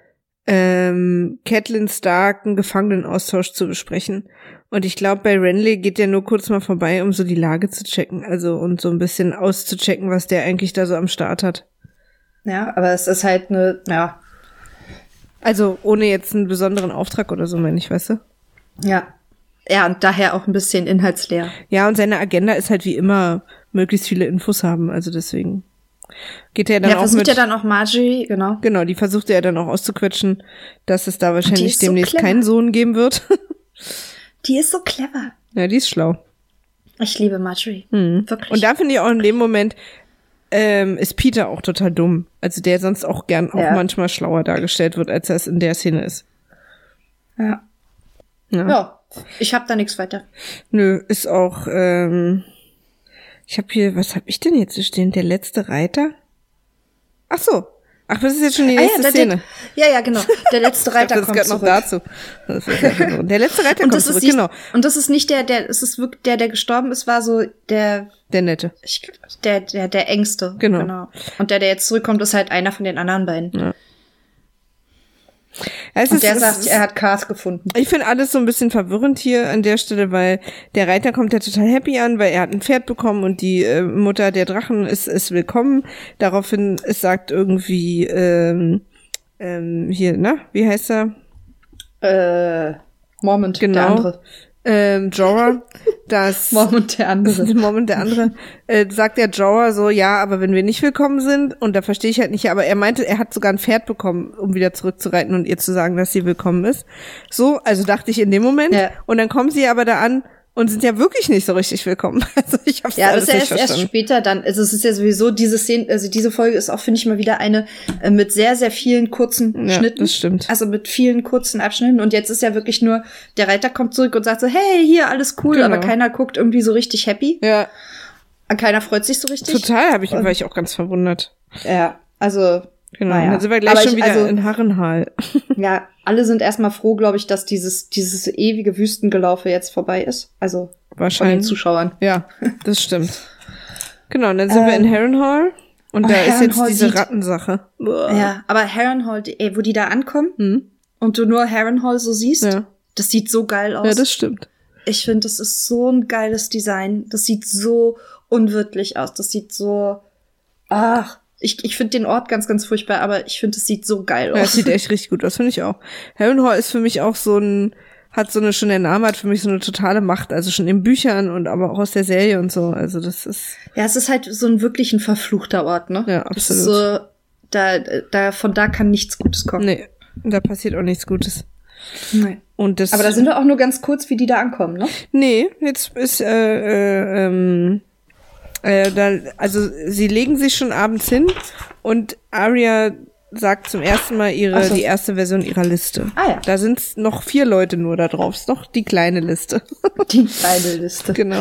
Stark einen Gefangenenaustausch zu besprechen. Und ich glaube, bei Renly geht der nur kurz mal vorbei, um so die Lage zu checken, also und so ein bisschen auszuchecken, was der eigentlich da so am Start hat.
Ja, aber es ist halt ja.
Also ohne jetzt einen besonderen Auftrag oder so, meine ich, weißt du?
Ja. Ja, und daher auch ein bisschen inhaltsleer.
Ja, und seine Agenda ist halt wie immer, möglichst viele Infos haben, also deswegen geht er dann auch
versucht ja dann auch Marjorie, genau.
Genau, die versucht er dann auch auszuquetschen, dass es da wahrscheinlich demnächst keinen Sohn geben wird.
Die ist so clever.
Ja, die ist schlau.
Ich liebe Marjorie.
Wirklich. Und da finde ich auch in dem Moment ist Peter auch total dumm. Also der sonst auch gern auch manchmal schlauer dargestellt wird, als er es in der Szene ist.
Ja. Ja, ich habe da nichts weiter.
Nö, ist auch, ich habe hier, was habe ich denn jetzt zu stehen? Der letzte Reiter? Ach so. Ach, das ist jetzt schon die nächste Szene.
Ja, genau. Der letzte Reiter kommt zurück.
Das gehört noch dazu. Der letzte Reiter kommt zurück, genau.
Und das ist nicht es ist wirklich der gestorben ist, war so der
Nette.
Der Ängste.
Genau.
Und der jetzt zurückkommt, ist halt einer von den anderen beiden.
Ja.
Und der sagt, er hat Cars gefunden.
Ich finde alles so ein bisschen verwirrend hier an der Stelle, weil der Reiter kommt ja total happy an, weil er hat ein Pferd bekommen und die Mutter der Drachen ist willkommen. Daraufhin, es sagt irgendwie hier, ne? Wie heißt er?
Mormont,
genau.
Der andere.
Jorah, das
Mormont der andere,
sagt der Jorah so, ja, aber wenn wir nicht willkommen sind, und da verstehe ich halt nicht, aber er meinte, er hat sogar ein Pferd bekommen, um wieder zurückzureiten und ihr zu sagen, dass sie willkommen ist. So, also dachte ich in dem Moment, und dann kommen sie aber da an und sind ja wirklich nicht so richtig willkommen. Also ich hab's alles nicht verstanden.
Erst später dann, also es ist ja sowieso diese Szene, also diese Folge ist auch, finde ich, mal wieder eine mit sehr, sehr vielen kurzen Schnitten.
Das stimmt.
Also mit vielen kurzen Abschnitten und jetzt ist ja wirklich nur, der Reiter kommt zurück und sagt so, hey, hier, alles cool, aber keiner guckt irgendwie so richtig happy.
Ja.
Keiner freut sich so richtig.
Total, war ich auch ganz verwundert.
Ja, also
genau, dann sind wir gleich schon wieder in Harrenhal.
Ja, alle sind erstmal froh, glaube ich, dass dieses ewige Wüstengelaufe jetzt vorbei ist. Also
wahrscheinlich
von den Zuschauern.
Ja, das stimmt. Genau, und dann sind wir in Harrenhal und da ist jetzt diese Rattensache.
Ja, aber Harrenhal, wo die da ankommen und du nur Harrenhal so siehst, das sieht so geil aus.
Ja, das stimmt.
Ich finde, das ist so ein geiles Design. Das sieht so unwirtlich aus. Das sieht so, ich finde den Ort ganz, ganz furchtbar, aber ich finde, es sieht so geil aus.
Ja, es sieht echt richtig gut aus, finde ich auch. Harrenhal ist für mich auch so ein hat schon der Name hat für mich so eine totale Macht, also schon in Büchern und aber auch aus der Serie und so, also das ist.
Ja, es ist halt so ein wirklich ein verfluchter Ort, ne?
Ja, absolut.
Das ist so, von da kann nichts Gutes kommen.
Nee, da passiert auch nichts Gutes.
Nee.
Und das.
Aber da sind wir auch nur ganz kurz, wie die da ankommen, ne?
Nee, jetzt ist, also sie legen sich schon abends hin und Arya sagt zum ersten Mal die erste Version ihrer Liste.
Ah ja.
Da sind noch 4 Leute nur da drauf. Ist noch die kleine Liste.
Die kleine Liste.
Genau.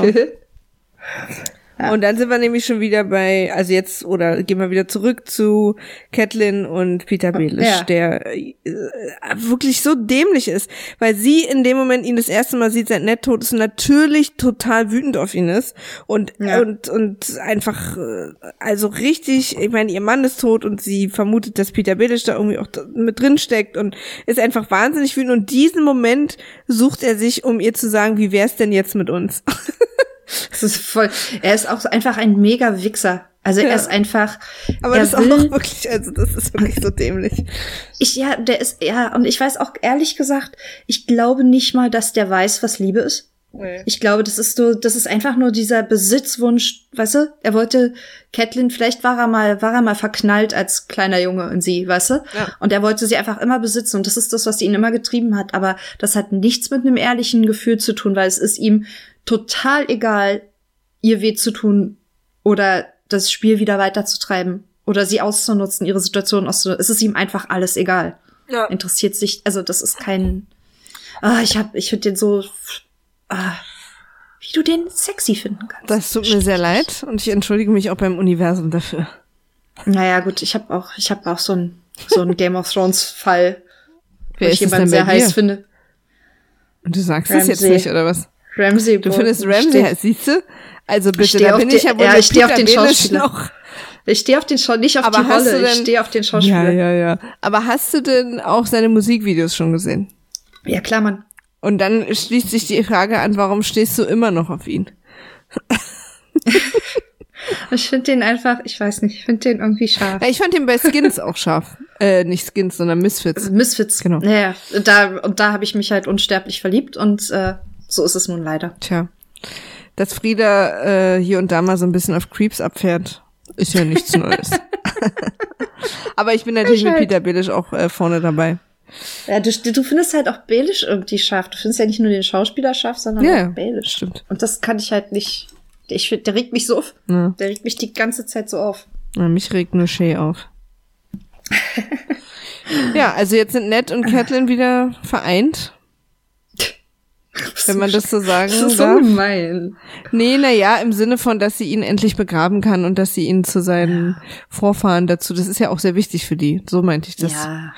Ja. Und dann sind wir nämlich schon wieder gehen wir wieder zurück zu Catelyn und Peter Baelish, der wirklich so dämlich ist, weil sie in dem Moment ihn das erste Mal sieht, seit Ned tot ist und natürlich total wütend auf ihn ist und einfach, also richtig, ich meine, ihr Mann ist tot und sie vermutet, dass Peter Baelish da irgendwie auch mit drin steckt und ist einfach wahnsinnig wütend und diesen Moment sucht er sich, um ihr zu sagen, wie wär's denn jetzt mit uns?
Das ist voll. Er ist auch einfach ein mega Wichser. Also er ist einfach.
Aber das ist auch wirklich, also das ist wirklich so dämlich.
Und ich weiß auch ehrlich gesagt, ich glaube nicht mal, dass der weiß, was Liebe ist. Nee. Ich glaube, das ist einfach nur dieser Besitzwunsch, weißt du? Er wollte Catelyn, vielleicht war er mal verknallt als kleiner Junge in sie, weißt du? Ja. Und er wollte sie einfach immer besitzen und das ist das, was ihn immer getrieben hat. Aber das hat nichts mit einem ehrlichen Gefühl zu tun, weil es ist ihm total egal, ihr weh zu tun oder das Spiel wieder weiterzutreiben oder sie auszunutzen, ihre Situation auszunutzen. Es ist ihm einfach alles egal. Ja. Interessiert sich, also das ist kein, ich finde den so, wie du den sexy finden kannst.
Das tut mir sehr leid und ich entschuldige mich auch beim Universum dafür.
Naja, gut, ich habe auch so einen Game of Thrones Fall,
wo ich jemanden sehr heiß finde. Und du sagst das jetzt nicht, oder was?
Ramsay.
Du findest Ramsay heiß, siehst du? Also bitte, da bin ich ja wohl
ich stehe auf den Schauspieler. Ich stehe auf den nicht auf die Rolle, ich stehe auf den Schauspieler.
Ja. Aber hast du denn auch seine Musikvideos schon gesehen?
Ja, klar, Mann.
Und dann schließt sich die Frage an, warum stehst du immer noch auf ihn?
Ich finde den einfach, ich weiß nicht, ich finde den irgendwie scharf.
Ja, ich fand den bei Skins auch scharf. Nicht Skins, sondern Misfits.
Misfits, genau. Ja, da habe ich mich halt unsterblich verliebt und so ist es nun leider.
Tja, dass Frieda hier und da mal so ein bisschen auf Creeps abfährt, ist ja nichts Neues. Aber ich bin natürlich mit Peter Baelish auch vorne dabei.
Ja, du findest halt auch Baelish irgendwie scharf. Du findest ja nicht nur den Schauspieler scharf, sondern auch Baelish.
Stimmt.
Und das kann ich halt nicht. Der regt mich so auf. Ja. Der regt mich die ganze Zeit so auf.
Ja, mich regt nur Shay auf. Ja, also jetzt sind Ned und Catelyn wieder vereint. Wenn man das so sagen darf.
Das ist so gemein.
Nee, naja, im Sinne von, dass sie ihn endlich begraben kann und dass sie ihn zu seinen Vorfahren dazu, das ist ja auch sehr wichtig für die. So meinte ich das.
Ja.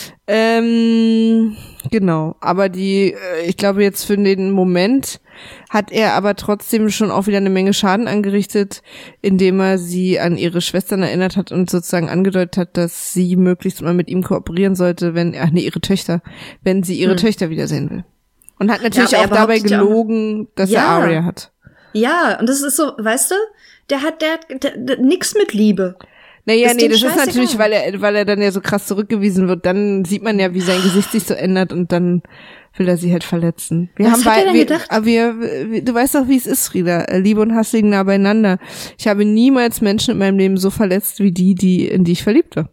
Genau. Aber ich glaube jetzt für den Moment hat er aber trotzdem schon auch wieder eine Menge Schaden angerichtet, indem er sie an ihre Schwestern erinnert hat und sozusagen angedeutet hat, dass sie möglichst mal mit ihm kooperieren sollte, ihre Töchter, wenn sie ihre Töchter wiedersehen will. Und hat natürlich auch dabei gelogen, dass er Arya hat.
Ja, und das ist so, weißt du, der hat nix mit Liebe.
Naja, nee, das ist natürlich, weil er dann ja so krass zurückgewiesen wird, dann sieht man ja, wie sein Gesicht sich so ändert und dann will er sie halt verletzen. Du weißt doch, wie es ist, Frieda. Liebe und Hass liegen nah beieinander. Ich habe niemals Menschen in meinem Leben so verletzt wie die in die ich verliebt war.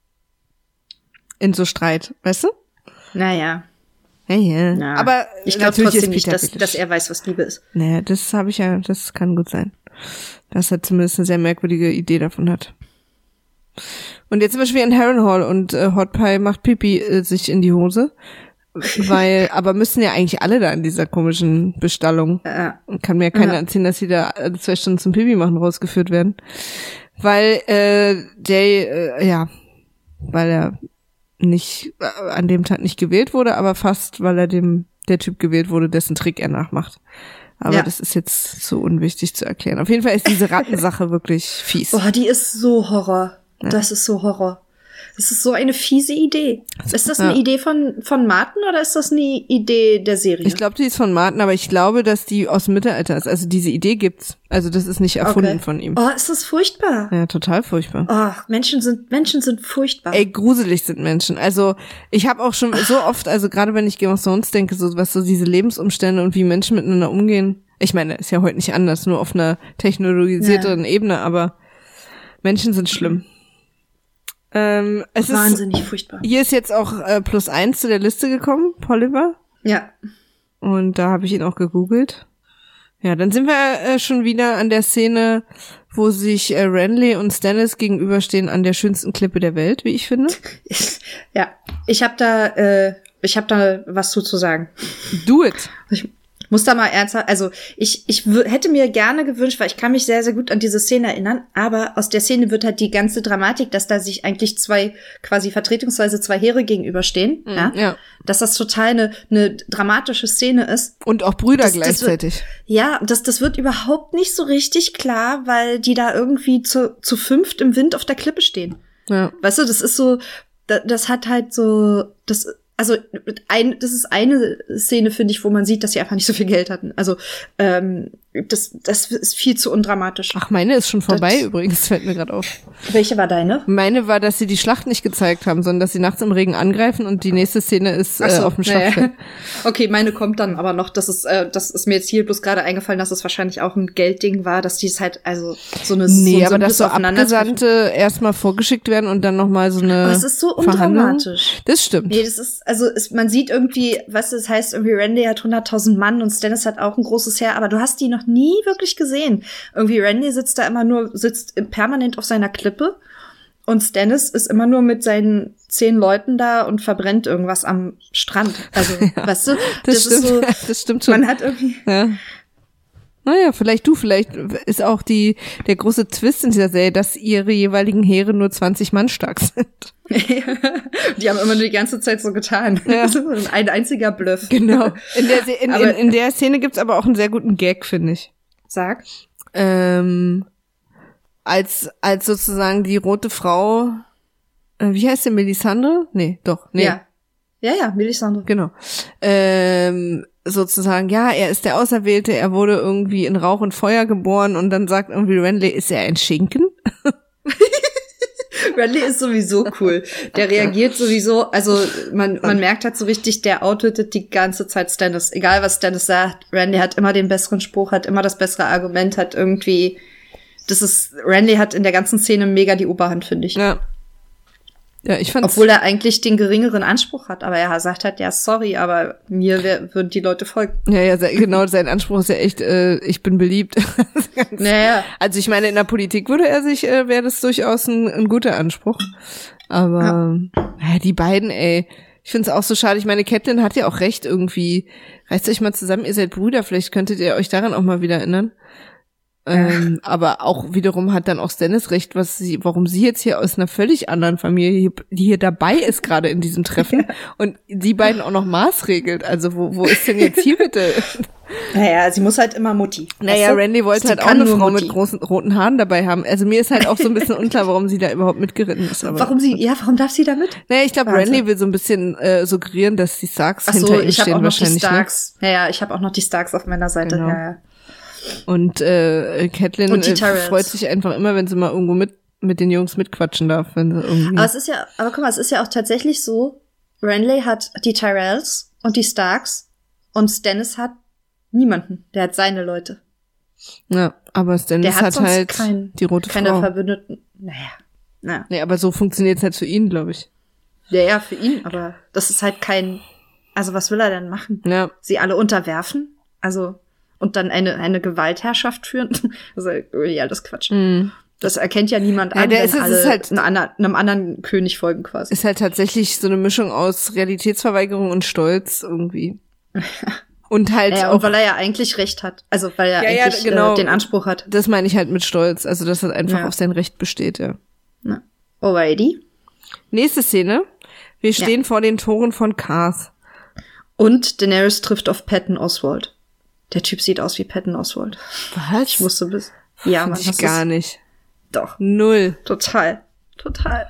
In so Streit, weißt du?
Naja.
Ja.
Na,
aber
ich glaube trotzdem nicht, dass er weiß, was Liebe ist.
Naja, das kann gut sein. Dass er zumindest eine sehr merkwürdige Idee davon hat. Und jetzt sind wir schon wieder in Harrenhal und Hot Pie macht Pipi sich in die Hose. Aber müssen ja eigentlich alle da in dieser komischen Bestallung. Kann mir ja keiner erzählen, dass sie da 2 Stunden zum Pipi machen rausgeführt werden. Weil Jay, weil er nicht an dem Tag nicht gewählt wurde, aber fast, weil er der Typ gewählt wurde, dessen Trick er nachmacht. Aber das ist jetzt so unwichtig zu erklären. Auf jeden Fall ist diese Rattensache wirklich fies.
Boah, die ist so Horror. Ja. Das ist so Horror. Das ist so eine fiese Idee. Ist das eine Idee von Martin oder ist das eine Idee der Serie?
Ich glaube, die ist von Martin, aber ich glaube, dass die aus dem Mittelalter ist. Also diese Idee gibt's. Also das ist nicht erfunden von ihm.
Oh, ist das furchtbar.
Ja, total furchtbar.
Oh, Menschen sind furchtbar.
Ey, gruselig sind Menschen. Also ich habe auch schon so oft, also gerade wenn ich Game of Thrones denke, so was so diese Lebensumstände und wie Menschen miteinander umgehen. Ich meine, ist ja heute nicht anders, nur auf einer technologisierteren Ebene, aber Menschen sind schlimm. Es
wahnsinnig furchtbar.
Hier ist jetzt auch +1 zu der Liste gekommen, Polliver.
Ja.
Und da habe ich ihn auch gegoogelt. Ja, dann sind wir schon wieder an der Szene, wo sich Renly und Stannis gegenüberstehen an der schönsten Klippe der Welt, wie ich finde.
Ja, ich hab da was zu sagen.
Do it.
Ich muss da mal ernsthaft, also ich hätte mir gerne gewünscht, weil ich kann mich sehr, sehr gut an diese Szene erinnern, aber aus der Szene wird halt die ganze Dramatik, dass da sich eigentlich quasi vertretungsweise zwei Heere gegenüberstehen, ja, dass das total eine dramatische Szene ist.
Und auch Brüder gleichzeitig.
Das wird überhaupt nicht so richtig klar, weil die da irgendwie zu fünft im Wind auf der Klippe stehen. Ja. Weißt du, das ist so, das hat halt so, das ist eine Szene, finde ich, wo man sieht, dass sie einfach nicht so viel Geld hatten. Also, das ist viel zu undramatisch.
Ach, meine ist schon vorbei übrigens, fällt mir gerade auf.
Welche war deine?
Meine war, dass sie die Schlacht nicht gezeigt haben, sondern dass sie nachts im Regen angreifen und die nächste Szene ist auf dem Schlachtfeld.
Okay, meine kommt dann aber noch. Das ist mir jetzt hier bloß gerade eingefallen, dass es wahrscheinlich auch ein Geldding war, dass die es halt, also so eine
aber dass so Abgesandte erstmal vorgeschickt werden und dann nochmal so eine
Das ist so undramatisch.
Das stimmt.
Nee, das ist, man sieht irgendwie, was das heißt, irgendwie Renly hat 100.000 Mann und Stannis hat auch ein großes Heer, aber du hast die noch nie wirklich gesehen. Irgendwie Renly sitzt permanent auf seiner Klippe und Stannis ist immer nur mit seinen 10 Leuten da und verbrennt irgendwas am Strand. Also, weißt du,
das stimmt,
ist so,
das stimmt schon.
Man hat irgendwie
Naja, vielleicht ist auch der große Twist in dieser Serie, dass ihre jeweiligen Heere nur 20 Mann stark sind.
Die haben immer nur die ganze Zeit so getan. Ja. Ein einziger Bluff.
Genau. In der Szene gibt's aber auch einen sehr guten Gag, finde ich.
Sag.
Als sozusagen die rote Frau, wie heißt sie, Melisandre? Nee.
Ja, Melisandre.
Genau. Sozusagen, ja, er ist der Auserwählte, er wurde irgendwie in Rauch und Feuer geboren und dann sagt irgendwie Renly, ist er ein Schinken?
Renly ist sowieso cool. Der reagiert sowieso, also man merkt halt so richtig, der outet die ganze Zeit Stannis. Egal was Stannis sagt, Renly hat immer den besseren Spruch, hat immer das bessere Argument, hat irgendwie, Renly hat in der ganzen Szene mega die Oberhand, finde ich.
Ja, ich fand's.
Obwohl er eigentlich den geringeren Anspruch hat, aber er sagt halt, ja, sorry, aber mir würden die Leute folgen.
Ja, genau, sein Anspruch ist ja echt, ich bin beliebt.
Naja.
Also ich meine, in der Politik wäre das durchaus ein guter Anspruch. Aber die beiden, ey, ich find's auch so schade. Ich meine, Catelyn hat ja auch recht irgendwie. Reißt euch mal zusammen, ihr seid Brüder, vielleicht könntet ihr euch daran auch mal wieder erinnern. Aber auch wiederum hat dann auch Stannis recht, warum sie jetzt hier aus einer völlig anderen Familie, die hier dabei ist gerade in diesem Treffen und die beiden auch noch maßregelt. Also wo ist denn jetzt hier bitte?
Naja, sie muss halt immer Mutti.
Naja, Renly wollte halt auch eine Frau mit großen roten Haaren dabei haben. Also mir ist halt auch so ein bisschen unklar, warum sie da überhaupt mitgeritten ist. Aber
warum darf sie da mit?
Naja, ich glaube, Renly will so ein bisschen suggerieren, dass die Starks hinter ihm stehen wahrscheinlich.
Die Starks. Ne? Ja, ich habe auch noch die Starks auf meiner Seite.
Genau.
Ja.
Und Catelyn freut sich einfach immer, wenn sie mal irgendwo mit den Jungs mitquatschen darf. Wenn sie irgendwie
aber guck mal, es ist ja auch tatsächlich so, Renly hat die Tyrells und die Starks und Stannis hat niemanden. Der hat seine Leute.
Ja, aber Stannis hat halt die rote Frau.
Keine Verbündeten. Naja.
Nee, aber so funktioniert's halt für ihn, glaube ich.
Ja, für ihn, aber das ist halt also was will er denn machen?
Ja.
Sie alle unterwerfen? Also und dann eine Gewaltherrschaft führen. Das ist ja alles Quatsch. Das erkennt ja niemand an, wenn alle halt einem anderen König folgen quasi.
Ist halt tatsächlich so eine Mischung aus Realitätsverweigerung und Stolz irgendwie. Und halt auch,
und weil er ja eigentlich Recht hat. Also weil er eigentlich den Anspruch hat.
Das meine ich halt mit Stolz. Also dass er einfach auf sein Recht besteht, ja.
Alrighty.
Nächste Szene. Wir stehen vor den Toren von Karth.
Und Daenerys trifft auf Patton Oswalt. Der Typ sieht aus wie Patton Oswalt.
Was?
Ich wusste bis. Ja,
Mann. Ich gar nicht.
Doch.
0.
Total.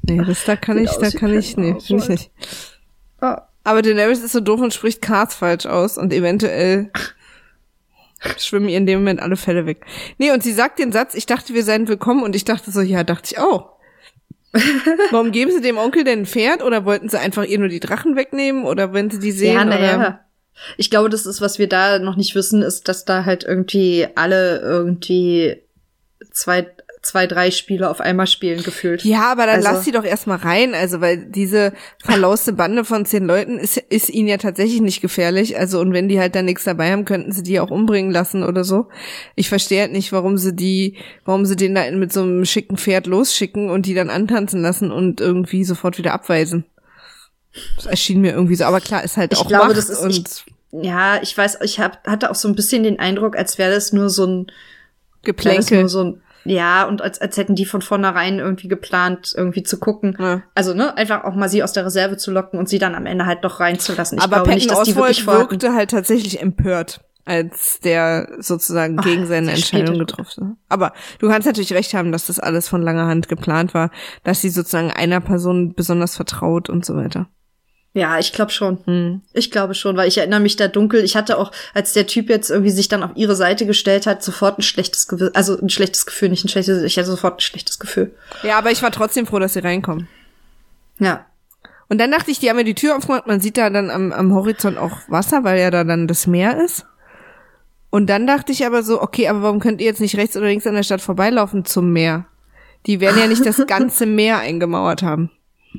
Nee, kann ich nicht. Oh. Aber Daenerys ist so doof und spricht Cars falsch aus und eventuell schwimmen ihr in dem Moment alle Fälle weg. Nee, und sie sagt den Satz, ich dachte, wir seien willkommen, und ich dachte so, ja, dachte ich auch. Warum geben sie dem Onkel denn ein Pferd, oder wollten sie einfach ihr nur die Drachen wegnehmen, oder wenn sie die sehen? Ja,
naja. Ich glaube, das ist, was wir da noch nicht wissen, ist, dass da halt irgendwie alle irgendwie 2-3 Spiele auf einmal spielen gefühlt.
Ja, aber dann lass sie doch erstmal rein, also weil diese verlauste Bande von 10 Leuten ist ihnen ja tatsächlich nicht gefährlich, also und wenn die halt da nichts dabei haben, könnten sie die auch umbringen lassen oder so. Ich verstehe halt nicht, warum sie den da mit so einem schicken Pferd losschicken und die dann antanzen lassen und irgendwie sofort wieder abweisen. Das erschien mir irgendwie so, aber klar, ist halt auch Macht
das ist ja, ich weiß, hatte auch so ein bisschen den Eindruck, als wäre das nur so ein
Geplänkel.
Ja, und als hätten die von vornherein irgendwie geplant, irgendwie zu gucken. Ja. Also, einfach auch mal sie aus der Reserve zu locken und sie dann am Ende halt doch reinzulassen.
Aber Patton Oswalt wirkte halt tatsächlich empört, als der sozusagen gegen seine Entscheidung getroffen hat. Aber du kannst natürlich recht haben, dass das alles von langer Hand geplant war, dass sie sozusagen einer Person besonders vertraut und so weiter.
Ja, ich glaube schon. Ich glaube schon, weil ich erinnere mich da dunkel. Ich hatte auch, als der Typ jetzt irgendwie sich dann auf ihre Seite gestellt hat, sofort ein schlechtes Gefühl. Also ein schlechtes Gefühl, nicht ein schlechtes, ich hatte sofort ein schlechtes Gefühl.
Ja, aber ich war trotzdem froh, dass sie reinkommen.
Ja.
Und dann dachte ich, die haben ja die Tür aufgemacht, man sieht da dann am Horizont auch Wasser, weil ja da dann das Meer ist. Und dann dachte ich aber so, okay, aber warum könnt ihr jetzt nicht rechts oder links an der Stadt vorbeilaufen zum Meer? Die werden ja nicht das ganze Meer eingemauert haben.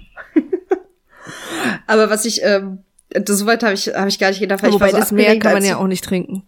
Aber was ich, soweit habe ich gar nicht gedacht.
Wobei das Meer kann man ja auch nicht trinken.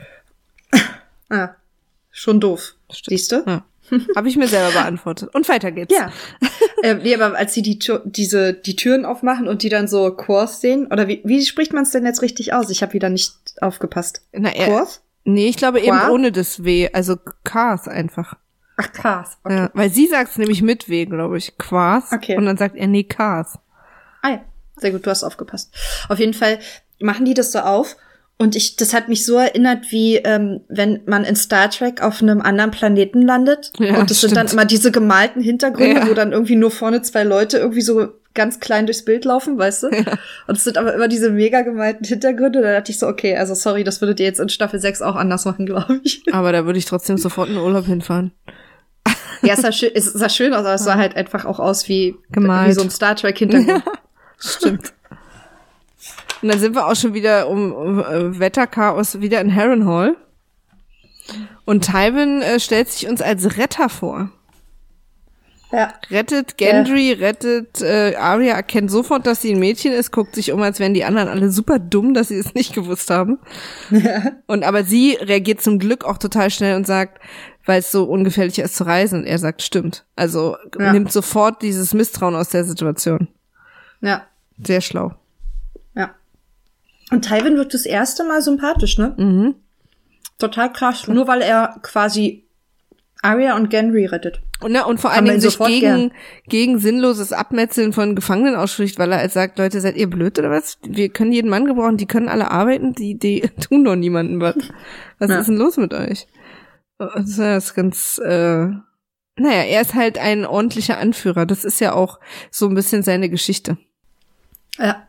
Schon doof. Siehst du?
Ja. Habe ich mir selber beantwortet. Und weiter geht's.
Ja. Nee, aber als sie die Türen aufmachen und die dann so Quoth sehen, oder wie spricht man es denn jetzt richtig aus? Ich habe wieder nicht aufgepasst.
Quoth? Nee, ich glaube eben ohne das W, also Cars einfach.
Ach, Cars, okay.
Ja, weil sie sagt es nämlich mit W, glaube ich. Quas. Okay. Und dann sagt er, nee, Cars.
Ah ja, sehr gut, du hast aufgepasst. Auf jeden Fall machen die das so auf und das hat mich so erinnert, wie wenn man in Star Trek auf einem anderen Planeten landet und das sind dann immer diese gemalten Hintergründe, wo dann irgendwie nur vorne 2 Leute irgendwie so ganz klein durchs Bild laufen, weißt du? Ja. Und es sind aber immer diese mega gemalten Hintergründe. Da dachte ich so, okay, also sorry, das würdet ihr jetzt in Staffel 6 auch anders machen, glaube ich.
Aber da würde ich trotzdem sofort in Urlaub hinfahren.
Ja, es sah schön aus, aber es sah halt einfach auch aus wie so ein Star Trek-Hintergrund.
Ja. Stimmt. Und dann sind wir auch schon wieder um Wetterchaos wieder in Harrenhal. Und Tywin stellt sich uns als Retter vor.
Ja.
Rettet Gendry, rettet Arya, erkennt sofort, dass sie ein Mädchen ist, guckt sich um, als wären die anderen alle super dumm, dass sie es nicht gewusst haben. Ja. Aber sie reagiert zum Glück auch total schnell und sagt, weil es so ungefährlich ist zu reisen. Und er sagt, stimmt. Also nimmt sofort dieses Misstrauen aus der Situation.
Ja.
Sehr schlau.
Ja. Und Tywin wird das erste Mal sympathisch, ne?
Mhm.
Total krass. Nur weil er quasi Arya und Gendry rettet.
Und vor allen Dingen sich gegen sinnloses Abmetzeln von Gefangenen ausspricht, weil er halt sagt, Leute, seid ihr blöd oder was? Wir können jeden Mann gebrauchen, die können alle arbeiten, die tun doch niemandem was. Was ist denn los mit euch? Das ist ganz, er ist halt ein ordentlicher Anführer. Das ist ja auch so ein bisschen seine Geschichte.
Ja.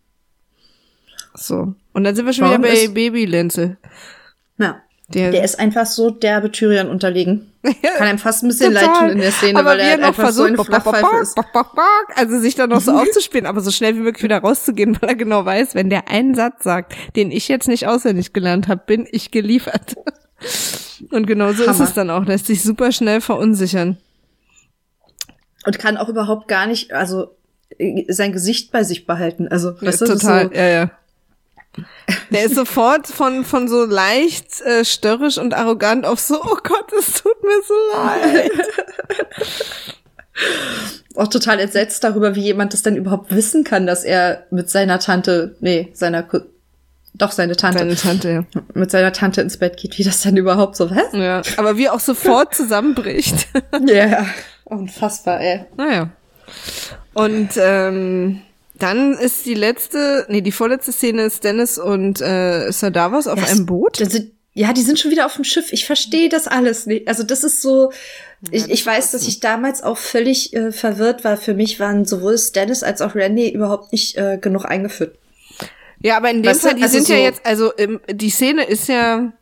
So. Und dann sind wir schon wieder bei Baby Lenzel.
Ja. Der ist einfach so derbe Tyrion unterlegen. Kann einem fast ein bisschen leid tun in der Szene,
aber
weil er halt einfach so eine Flachpfeife ist.
Also sich dann noch so aufzuspielen, aber so schnell wie möglich wieder rauszugehen, weil er genau weiß, wenn der einen Satz sagt, den ich jetzt nicht auswendig gelernt habe, bin ich geliefert. Und genau so ist es dann auch, lässt sich super schnell verunsichern.
Und kann auch überhaupt gar nicht, also sein Gesicht bei sich behalten. Also weißt du,
total,
so,
ja. Der ist sofort von so leicht störrisch und arrogant auf so, oh Gott, es tut mir so leid.
Auch total entsetzt darüber, wie jemand das denn überhaupt wissen kann, dass er mit seiner Tante, seine Tante, ja. Mit seiner Tante ins Bett geht, wie das dann überhaupt so, was?
Ja, aber wie auch sofort zusammenbricht.
Ja, unfassbar, ey.
Naja. Und dann ist die vorletzte Szene ist Stannis und Sir Davos auf einem Boot.
Ja, die sind schon wieder auf dem Schiff. Ich verstehe das alles nicht. Also das ist so, ich weiß, dass ich damals auch völlig verwirrt war. Für mich waren sowohl Stannis als auch Randy überhaupt nicht genug eingeführt.
Ja, aber in dem Fall, die sind ja jetzt, also die Szene ist ja,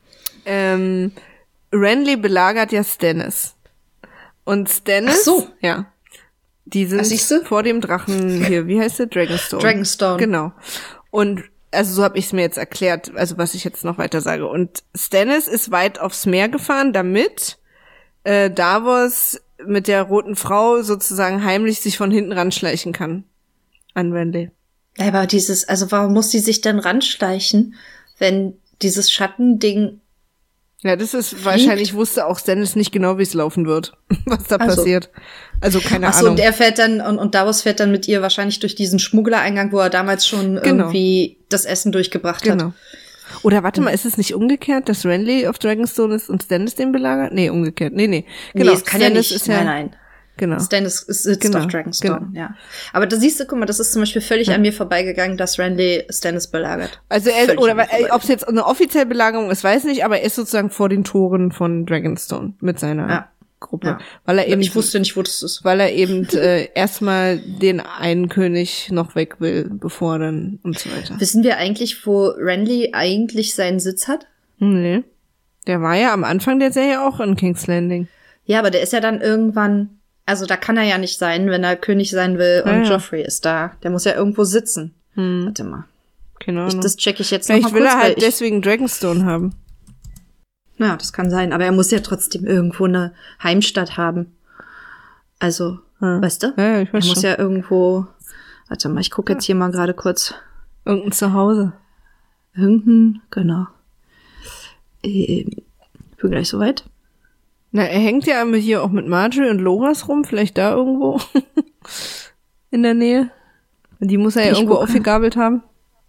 Renly belagert ja Stannis. Und Stannis, ja, die sind vor dem Drachen hier, wie heißt der? Dragonstone.
Dragonstone.
Genau. Und also so habe ich es mir jetzt erklärt, also was ich jetzt noch weiter sage. Und Stannis ist weit aufs Meer gefahren, damit Davos mit der roten Frau sozusagen heimlich sich von hinten ranschleichen kann an Renly.
Ja, aber warum muss sie sich denn ranschleichen, wenn dieses Schattending
ja, das ist wahrscheinlich, wusste auch Stannis nicht genau, wie es laufen wird, was da passiert. Also keine Ahnung.
Und er fährt dann, und Davos fährt dann mit ihr wahrscheinlich durch diesen Schmugglereingang, wo er damals schon irgendwie das Essen durchgebracht hat.
Oder warte mal, ist es nicht umgekehrt, dass Renly auf Dragonstone ist und Stannis den belagert? Nee, umgekehrt. Nee.
Genau, das kann Stannis ja nicht. Nein.
Genau.
Stannis sitzt auf Dragonstone, ja. Aber da siehst du, guck mal, das ist zum Beispiel völlig an mir vorbeigegangen, dass Renly Stannis belagert.
Also ob es jetzt eine offizielle Belagerung ist, weiß nicht, aber er ist sozusagen vor den Toren von Dragonstone mit seiner Gruppe. Ja. Weil er eben,
ich wusste nicht, wo das ist.
Weil er eben erstmal den einen König noch weg will, bevor dann und so weiter.
Wissen wir eigentlich, wo Renly eigentlich seinen Sitz hat?
Nee. Der war ja am Anfang der Serie auch in King's Landing.
Ja, aber der ist ja dann irgendwann, also da kann er ja nicht sein, wenn er König sein will und Joffrey ist da. Der muss ja irgendwo sitzen. Warte mal.
Genau.
Das checke ich jetzt noch mal kurz.
Vielleicht will er halt deswegen Dragonstone haben.
Ja, das kann sein. Aber er muss ja trotzdem irgendwo eine Heimstatt haben. Also, weißt du?
Ja, ich weiß
er muss ja irgendwo, warte mal, ich gucke jetzt hier mal gerade kurz.
Irgendein Zuhause.
Genau. Bin gleich soweit.
Na, er hängt ja hier auch mit Marjorie und Loras rum, vielleicht da irgendwo in der Nähe. Die muss er ja irgendwo aufgegabelt haben.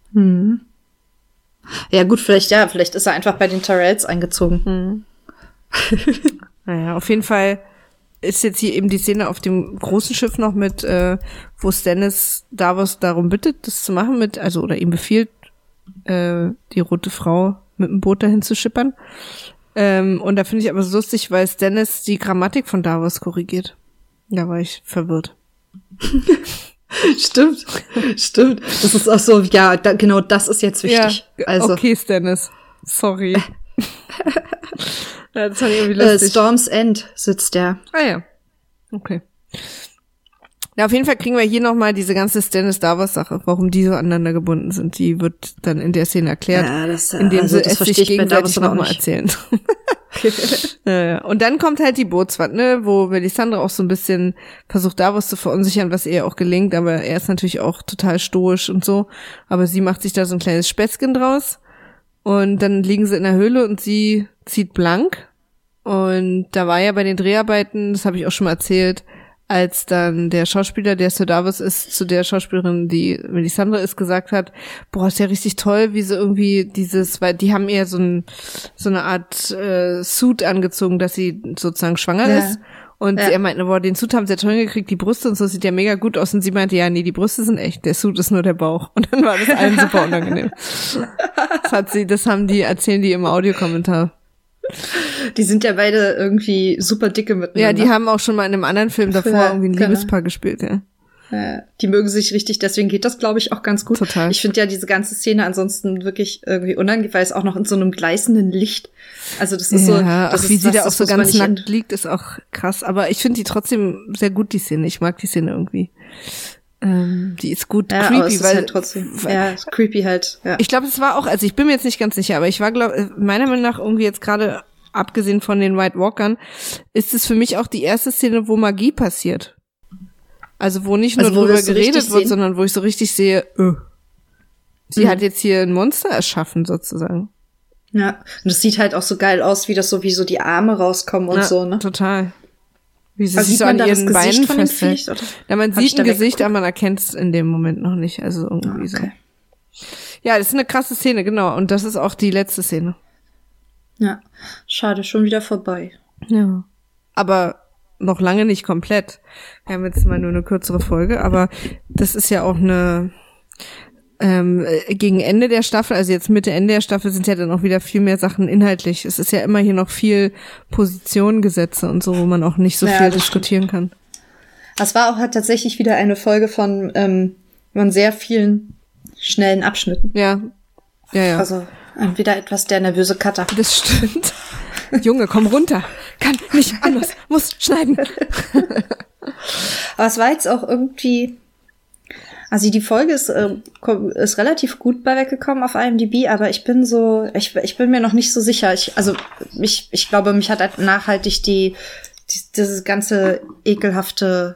Ja gut, vielleicht ist er einfach bei den Tyrells eingezogen.
Naja, auf jeden Fall ist jetzt hier eben die Szene auf dem großen Schiff noch mit, wo Stannis Davos darum bittet, das zu machen oder ihm befiehlt, die rote Frau mit dem Boot dahin zu schippern. Und da finde ich aber so lustig, weil Stannis die Grammatik von Davos korrigiert. Da war ich verwirrt.
Stimmt. Das ist auch so, ja, genau das ist jetzt wichtig.
Ja, also. Okay, Stannis. Sorry. Ja, das fand ich irgendwie lustig.
Storm's End sitzt der.
Ah ja. Okay. Na, auf jeden Fall kriegen wir hier nochmal diese ganze Stannis-Davos-Sache, warum die so aneinander gebunden sind. Die wird dann in der Szene erklärt, indem sie es sich gegenseitig nochmal erzählen. Und dann kommt halt die Bootsfahrt, ne, wo Melisandre auch so ein bisschen versucht, Davos zu verunsichern, was ihr auch gelingt, aber er ist natürlich auch total stoisch und so. Aber sie macht sich da so ein kleines Späßchen draus. Und dann liegen sie in der Höhle und sie zieht blank. Und da war ja bei den Dreharbeiten, das habe ich auch schon mal erzählt, als dann der Schauspieler, der Sir Davos ist, zu der Schauspielerin, die Melisandre ist, gesagt hat, boah, ist ja richtig toll, wie sie irgendwie weil die haben eher so eine Art Suit angezogen, dass sie sozusagen schwanger ist. Und er meinte, boah, den Suit haben sie ja toll gekriegt, die Brüste und so sieht ja mega gut aus. Und sie meinte, ja, nee, die Brüste sind echt, der Suit ist nur der Bauch. Und dann war das allen super unangenehm. Erzählen die im Audiokommentar.
Die sind ja beide irgendwie super dicke miteinander.
Ja, die haben auch schon mal in einem anderen Film davor irgendwie ein Liebespaar gespielt, ja.
Die mögen sich richtig, deswegen geht das, glaube ich, auch ganz gut.
Total.
Ich finde ja diese ganze Szene ansonsten wirklich irgendwie unangenehm, weil es auch noch in so einem gleißenden Licht. Also das ist
wie sie da auch so ganz nackt liegt, ist auch krass. Aber ich finde die trotzdem sehr gut, die Szene. Ich mag die Szene irgendwie. Die ist gut creepy,
weil halt trotzdem, ist creepy halt. Ja.
Ich glaube, es war auch, also ich bin mir jetzt nicht ganz sicher, aber ich war, meiner Meinung nach irgendwie jetzt gerade, abgesehen von den White Walkern, ist es für mich auch die erste Szene, wo Magie passiert. Also wo nicht nur drüber geredet wird, sondern wo ich so richtig sehe, sie hat jetzt hier ein Monster erschaffen sozusagen.
Ja, und das sieht halt auch so geil aus, wie das so wie so die Arme rauskommen und so, ne?
Total. Wie sie sich so an ihren Beinen festhält. Ja, man sieht ein Gesicht, aber man erkennt es in dem Moment noch nicht. Also irgendwie so. Ja, das ist eine krasse Szene, genau. Und das ist auch die letzte Szene.
Ja, schade, schon wieder vorbei.
Ja. Aber noch lange nicht komplett. Wir haben jetzt mal nur eine kürzere Folge, aber das ist ja auch gegen Ende der Staffel, also jetzt Mitte, Ende der Staffel, sind ja dann auch wieder viel mehr Sachen inhaltlich. Es ist ja immer hier noch viel Positionengesetze und so, wo man auch nicht so viel diskutieren kann.
Das war auch halt tatsächlich wieder eine Folge von sehr vielen schnellen Abschnitten.
Ja.
Also wieder etwas der nervöse Cutter.
Das stimmt. Junge, komm runter. Kann nicht anders. Muss schneiden.
Aber es war jetzt auch irgendwie... Also die Folge ist relativ gut bei weggekommen auf IMDb, aber ich bin mir noch nicht so sicher. Ich glaube, mich hat halt nachhaltig dieses ganze ekelhafte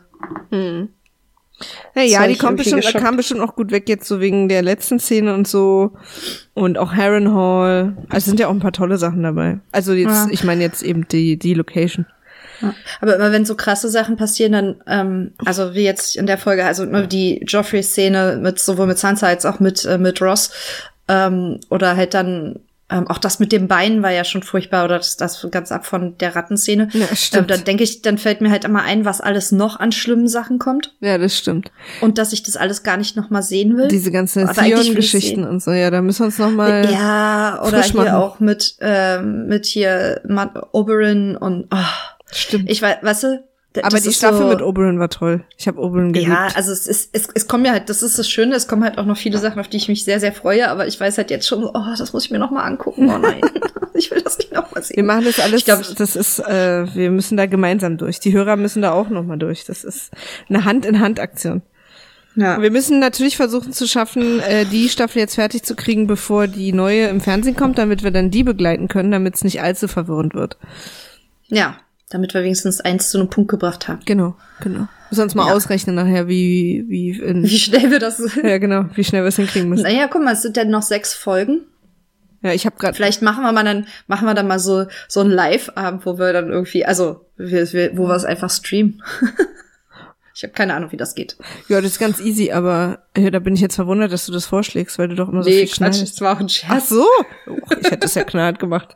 Ja, die kam bestimmt auch gut weg jetzt so wegen der letzten Szene und so und auch Harrenhal. Also sind ja auch ein paar tolle Sachen dabei. Also jetzt, ich meine jetzt eben die Location.
Ja. Aber immer wenn so krasse Sachen passieren, dann, also wie jetzt in der Folge, also nur die Joffrey-Szene sowohl mit Sansa als auch mit Ross, oder halt dann auch das mit dem Bein war ja schon furchtbar, oder das ganz ab von der Rattenszene.
Ja, stimmt.
Dann denke ich, dann fällt mir halt immer ein, was alles noch an schlimmen Sachen kommt.
Ja, das stimmt.
Und dass ich das alles gar nicht noch mal sehen will.
Diese ganzen Theon-Geschichten und so, ja, da müssen wir uns noch mal
oder hier machen. Auch mit hier Matt Oberyn und
stimmt.
Ich weiß, weißt du,
aber die Staffel mit Oberyn war toll. Ich habe Oberyn geliebt.
Ja, also es kommen ja halt, das ist das Schöne, es kommen halt auch noch viele Sachen, auf die ich mich sehr, sehr freue, aber ich weiß halt jetzt schon, das muss ich mir noch mal angucken. Oh nein, ich will das nicht noch mal sehen.
Wir machen das alles, wir müssen da gemeinsam durch. Die Hörer müssen da auch noch mal durch. Das ist eine Hand-in-Hand-Aktion. Ja. Wir müssen natürlich versuchen zu schaffen, die Staffel jetzt fertig zu kriegen, bevor die neue im Fernsehen kommt, damit wir dann die begleiten können, damit es nicht allzu verwirrend wird.
Ja. Damit wir wenigstens eins zu einem Punkt gebracht haben.
Genau. Müssen wir uns mal ausrechnen nachher, wie
schnell wir das...
Ja, genau, wie schnell wir es hinkriegen müssen.
Naja, guck mal, es sind ja noch 6 Folgen.
Ja, ich habe gerade...
Vielleicht machen wir dann mal so ein Live-Abend, wo wir dann irgendwie, also, wo wir es einfach streamen. Ich habe keine Ahnung, wie das geht.
Ja, das ist ganz easy, aber da bin ich jetzt verwundert, dass du das vorschlägst, weil du doch immer so viel schneidest.
Das war auch ein Scherz.
Ach so? Ich hätte es ja knallhart gemacht.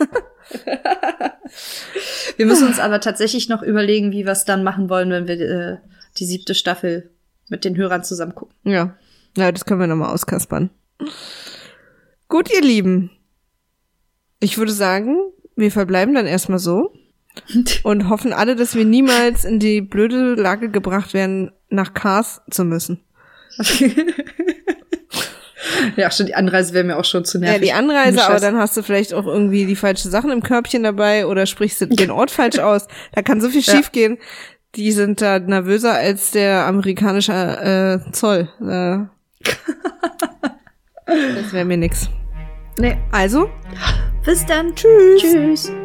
Wir müssen uns aber tatsächlich noch überlegen, wie wir es dann machen wollen, wenn wir die 7. Staffel mit den Hörern zusammen gucken.
Ja, das können wir nochmal auskaspern. Gut, ihr Lieben. Ich würde sagen, wir verbleiben dann erstmal so und hoffen alle, dass wir niemals in die blöde Lage gebracht werden, nach Kars zu müssen.
Ja, schon die Anreise wäre mir auch schon zu nervig.
Ja, die Anreise, aber dann hast du vielleicht auch irgendwie die falschen Sachen im Körbchen dabei oder sprichst du den Ort falsch aus. Da kann so viel schief gehen. Die sind da nervöser als der amerikanische Zoll. Das wäre mir nix.
Nee.
Also,
bis dann.
Tschüss.
Tschüss.